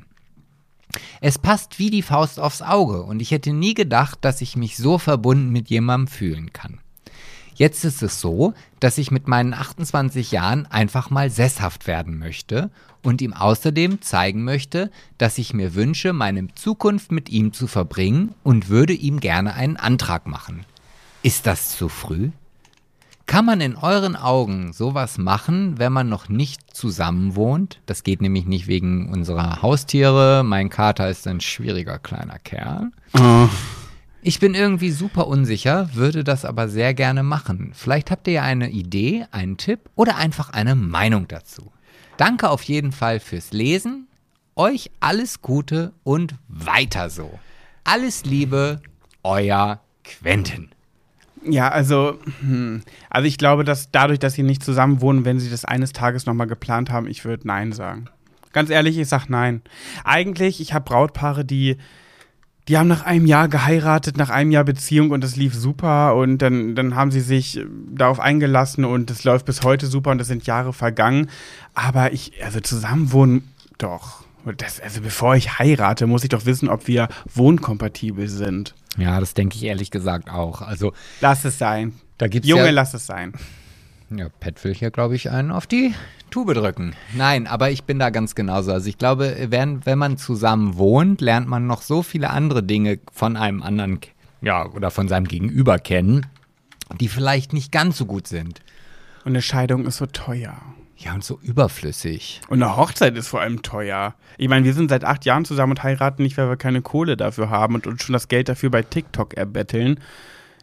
Es passt wie die Faust aufs Auge und ich hätte nie gedacht, dass ich mich so verbunden mit jemandem fühlen kann. Jetzt ist es so, dass ich mit meinen 28 Jahren einfach mal sesshaft werden möchte und ihm außerdem zeigen möchte, dass ich mir wünsche, meine Zukunft mit ihm zu verbringen und würde ihm gerne einen Antrag machen. Ist das zu früh? Kann man in euren Augen sowas machen, wenn man noch nicht zusammen wohnt? Das geht nämlich nicht wegen unserer Haustiere. Mein Kater ist ein schwieriger kleiner Kerl. Oh. Ich bin irgendwie super unsicher, würde das aber sehr gerne machen. Vielleicht habt ihr ja eine Idee, einen Tipp oder einfach eine Meinung dazu. Danke auf jeden Fall fürs Lesen. Euch alles Gute und weiter so. Alles Liebe, euer Quentin. Ja, also ich glaube, dass dadurch, dass sie nicht zusammen wohnen, wenn sie das eines Tages nochmal geplant haben, ich würde Nein sagen. Ganz ehrlich, ich sag Nein. Eigentlich, ich habe Brautpaare, die haben nach einem Jahr geheiratet, nach einem Jahr Beziehung und das lief super und dann haben sie sich darauf eingelassen und es läuft bis heute super und es sind Jahre vergangen. Aber zusammenwohnen, doch. Also bevor ich heirate, muss ich doch wissen, ob wir wohnkompatibel sind. Ja, das denke ich ehrlich gesagt auch. Also lass es sein. Da gibt's Junge, lass es sein. Ja, Pat will hier, glaube ich, einen auf die Tube drücken. Nein, aber ich bin da ganz genauso. Also ich glaube, wenn man zusammen wohnt, lernt man noch so viele andere Dinge von einem anderen, oder von seinem Gegenüber kennen, die vielleicht nicht ganz so gut sind. Und eine Scheidung ist so teuer. Ja, und so überflüssig. Und eine Hochzeit ist vor allem teuer. Ich meine, wir sind seit 8 Jahren zusammen und heiraten nicht, weil wir keine Kohle dafür haben und uns schon das Geld dafür bei TikTok erbetteln.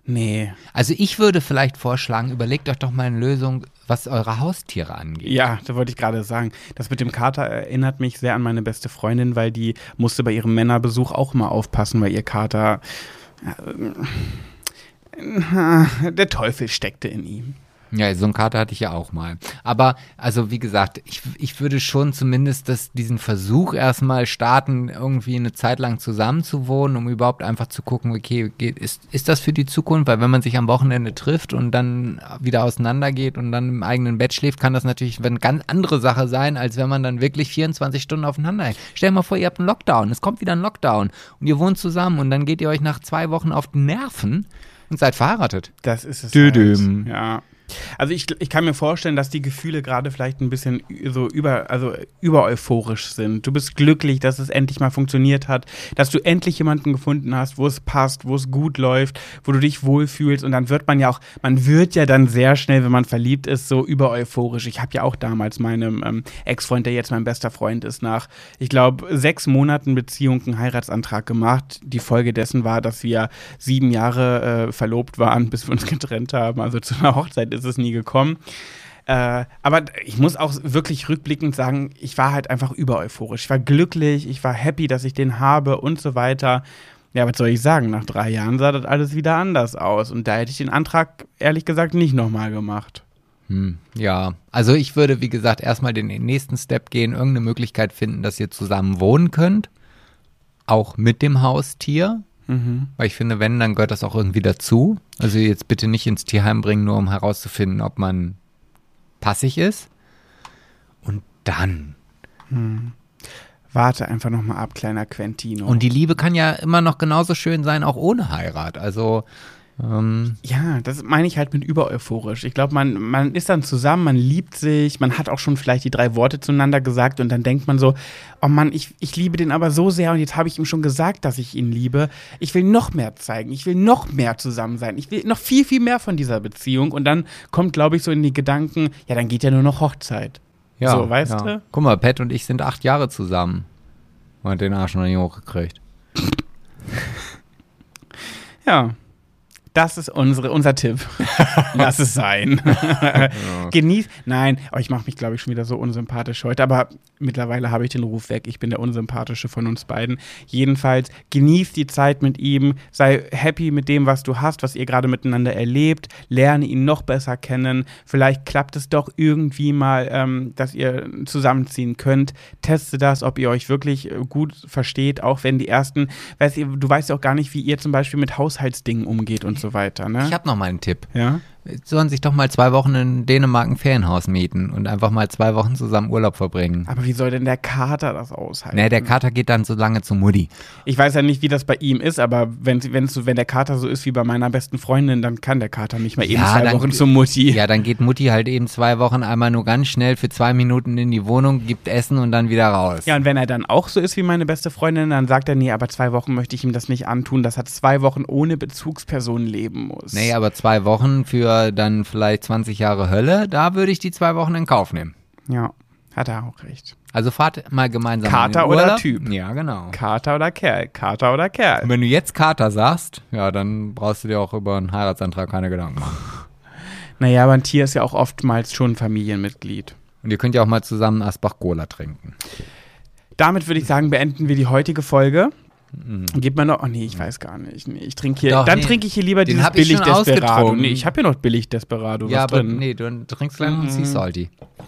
Nee. Also ich würde vielleicht vorschlagen, überlegt euch doch mal eine Lösung, was eure Haustiere angeht. Ja, da wollte ich gerade sagen. Das mit dem Kater erinnert mich sehr an meine beste Freundin, weil die musste bei ihrem Männerbesuch auch mal aufpassen, weil ihr Kater der Teufel steckte in ihm. Ja, so einen Kater hatte ich ja auch mal. Aber, also wie gesagt, ich würde schon zumindest diesen Versuch erstmal starten, irgendwie eine Zeit lang zusammen zu wohnen, um überhaupt einfach zu gucken, okay, ist das für die Zukunft? Weil wenn man sich am Wochenende trifft und dann wieder auseinandergeht und dann im eigenen Bett schläft, kann das natürlich eine ganz andere Sache sein, als wenn man dann wirklich 24 Stunden aufeinander hängt. Stell dir mal vor, ihr habt einen Lockdown, es kommt wieder ein Lockdown und ihr wohnt zusammen und dann geht ihr euch nach 2 Wochen auf die Nerven und seid verheiratet. Das ist es Düdüm. halt. Ja. Also ich kann mir vorstellen, dass die Gefühle gerade vielleicht ein bisschen so über-euphorisch sind. Du bist glücklich, dass es endlich mal funktioniert hat, dass du endlich jemanden gefunden hast, wo es passt, wo es gut läuft, wo du dich wohlfühlst und dann wird man wird ja dann sehr schnell, wenn man verliebt ist, so über-euphorisch. Ich habe ja auch damals meinem Ex-Freund, der jetzt mein bester Freund ist, nach, ich glaube, 6 Monaten Beziehung einen Heiratsantrag gemacht. Die Folge dessen war, dass wir 7 Jahre verlobt waren, bis wir uns getrennt haben. Also zu einer Hochzeit ist es nie gekommen. Aber ich muss auch wirklich rückblickend sagen, ich war halt einfach über-euphorisch. Ich war glücklich, ich war happy, dass ich den habe und so weiter. Ja, was soll ich sagen? Nach 3 Jahren sah das alles wieder anders aus. Und da hätte ich den Antrag, ehrlich gesagt, nicht nochmal gemacht. Ja, also ich würde, wie gesagt, erstmal den nächsten Step gehen, irgendeine Möglichkeit finden, dass ihr zusammen wohnen könnt. Auch mit dem Haustier. Weil ich finde, wenn, dann gehört das auch irgendwie dazu. Also jetzt bitte nicht ins Tierheim bringen, nur um herauszufinden, ob man passig ist. Und dann. Warte einfach nochmal ab, kleiner Quentino. Und die Liebe kann ja immer noch genauso schön sein, auch ohne Heirat. Also ja, das meine ich halt mit über-euphorisch. Ich glaube, man ist dann zusammen, man liebt sich, man hat auch schon vielleicht die 3 Worte zueinander gesagt und dann denkt man so, oh Mann, ich liebe den aber so sehr und jetzt habe ich ihm schon gesagt, dass ich ihn liebe. Ich will noch mehr zeigen, ich will noch mehr zusammen sein, ich will noch viel, viel mehr von dieser Beziehung und dann kommt, glaube ich, so in die Gedanken, ja, dann geht ja nur noch Hochzeit. ja, so, weißt ja. du? Guck mal, Pat und ich sind 8 Jahre zusammen. Und hat den Arsch noch nicht hochgekriegt. Ja. Das ist unser Tipp. Lass es sein. Genieß. Nein, ich mache mich, glaube ich, schon wieder so unsympathisch heute. Aber mittlerweile habe ich den Ruf weg. Ich bin der Unsympathische von uns beiden. Jedenfalls, genieß die Zeit mit ihm. Sei happy mit dem, was du hast, was ihr gerade miteinander erlebt. Lerne ihn noch besser kennen. Vielleicht klappt es doch irgendwie mal, dass ihr zusammenziehen könnt. Teste das, ob ihr euch wirklich gut versteht. Auch wenn die ersten, du weißt ja auch gar nicht, wie ihr zum Beispiel mit Haushaltsdingen umgeht und so weiter, ne? Ich habe noch mal einen Tipp. Ja? Sollen sich doch mal 2 Wochen in Dänemark ein Ferienhaus mieten und einfach mal 2 Wochen zusammen Urlaub verbringen. Aber wie soll denn der Kater das aushalten? Nee, der Kater geht dann so lange zu Mutti. Ich weiß ja nicht, wie das bei ihm ist, aber wenn der Kater so ist wie bei meiner besten Freundin, dann kann der Kater nicht mal eben 2 Wochen zu Mutti. Ja, dann geht Mutti halt eben 2 Wochen einmal nur ganz schnell für 2 Minuten in die Wohnung, gibt Essen und dann wieder raus. Ja, und wenn er dann auch so ist wie meine beste Freundin, dann sagt er, nee, aber 2 Wochen möchte ich ihm das nicht antun, dass er 2 Wochen ohne Bezugsperson leben muss. Nee, aber 2 Wochen für dann vielleicht 20 Jahre Hölle, da würde ich die 2 Wochen in Kauf nehmen. Ja, hat er auch recht. Also fahrt mal gemeinsam Kater in den Urlaub. oder Typ? Ja, genau. Kater oder Kerl? Kater oder Kerl? Und wenn du jetzt Kater sagst, ja, dann brauchst du dir auch über einen Heiratsantrag keine Gedanken machen. Naja, aber ein Tier ist ja auch oftmals schon ein Familienmitglied. Und ihr könnt ja auch mal zusammen Asbach-Cola trinken. Damit würde ich sagen, beenden wir die heutige Folge. Gib mir noch, oh nee, ich weiß gar nicht. Nee, ich trinke hier, trinke ich hier lieber dieses billig Desperado. Nee, ich habe hier noch billig Desperado. Ja, aber drin? Nee, du trinkst gleich noch einen Sea Salty.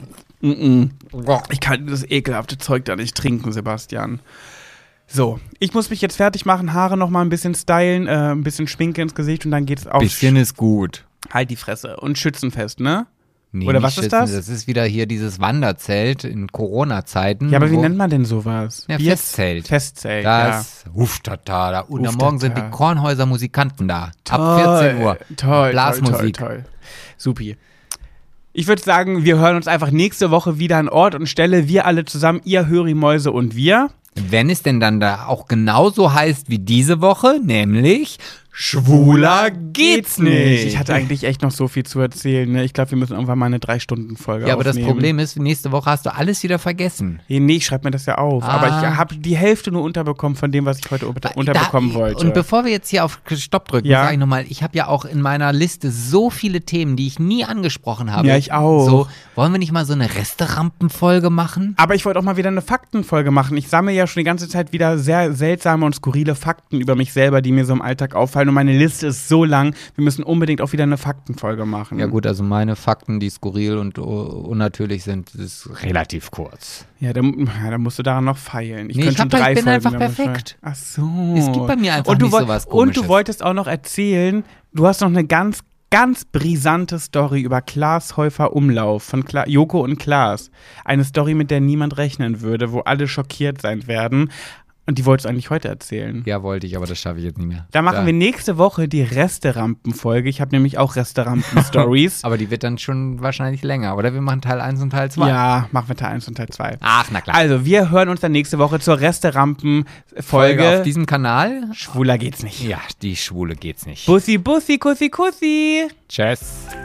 Ich kann das ekelhafte Zeug da nicht trinken, Sebastian. So, ich muss mich jetzt fertig machen, Haare noch mal ein bisschen stylen, ein bisschen Schminke ins Gesicht und dann geht's auf. Bisschen ist gut. Halt die Fresse. Und Schützenfest, ne? Nee, oder was ist das? Das ist wieder hier dieses Wanderzelt in Corona-Zeiten. Ja, aber wie nennt man denn sowas? Ja, Festzelt. Festzelt, das Uftata, da. Und am Morgen sind die Kornhäuser Musikanten da. Toll, ab 14 Uhr. Toll, Blasmusik. toll. Supi. Ich würde sagen, wir hören uns einfach nächste Woche wieder an Ort und Stelle. Wir alle zusammen, ihr Hörimäuse und wir. Wenn es denn dann da auch genauso heißt wie diese Woche, nämlich Schwuler geht's nicht. Ich hatte eigentlich echt noch so viel zu erzählen. Ne? Ich glaube, wir müssen irgendwann mal eine 3-Stunden-Folge aufnehmen. Ja, aber das Problem ist, nächste Woche hast du alles wieder vergessen. Nee, ich schreibe mir das ja auf. Aber ich habe die Hälfte nur unterbekommen von dem, was ich heute unterbekommen wollte. Und bevor wir jetzt hier auf Stopp drücken, sage ich nochmal, ich habe ja auch in meiner Liste so viele Themen, die ich nie angesprochen habe. Ja, ich auch. So, wollen wir nicht mal so eine Resterampenfolge machen? Aber ich wollte auch mal wieder eine Faktenfolge machen. Ich sammle ja schon die ganze Zeit wieder sehr seltsame und skurrile Fakten über mich selber, die mir so im Alltag auffallen. Und meine Liste ist so lang, wir müssen unbedingt auch wieder eine Faktenfolge machen. Ja gut, also meine Fakten, die skurril und unnatürlich sind, ist relativ kurz. Ja, da musst du daran noch feilen. Ich bin Folgen einfach perfekt. Ach so. Es gibt bei mir einfach nicht so was Komisches. Und du wolltest auch noch erzählen, du hast noch eine ganz brisante Story über Klaas Häufer Umlauf von Joko und Klaas. Eine Story, mit der niemand rechnen würde, wo alle schockiert sein werden. Und die wolltest du eigentlich heute erzählen. Ja, wollte ich, aber das schaffe ich jetzt nicht mehr. Da machen wir nächste Woche die Resterampen-Folge. Ich habe nämlich auch Resterampen-Stories. Aber die wird dann schon wahrscheinlich länger, oder? Wir machen Teil 1 und Teil 2. Ja, machen wir Teil 1 und Teil 2. Ach, na klar. Also, wir hören uns dann nächste Woche zur Resterampen-Folge. Auf diesem Kanal. Schwuler geht's nicht. Ja, die Schwule geht's nicht. Bussi, Bussi, Kussi, Kussi. Tschüss.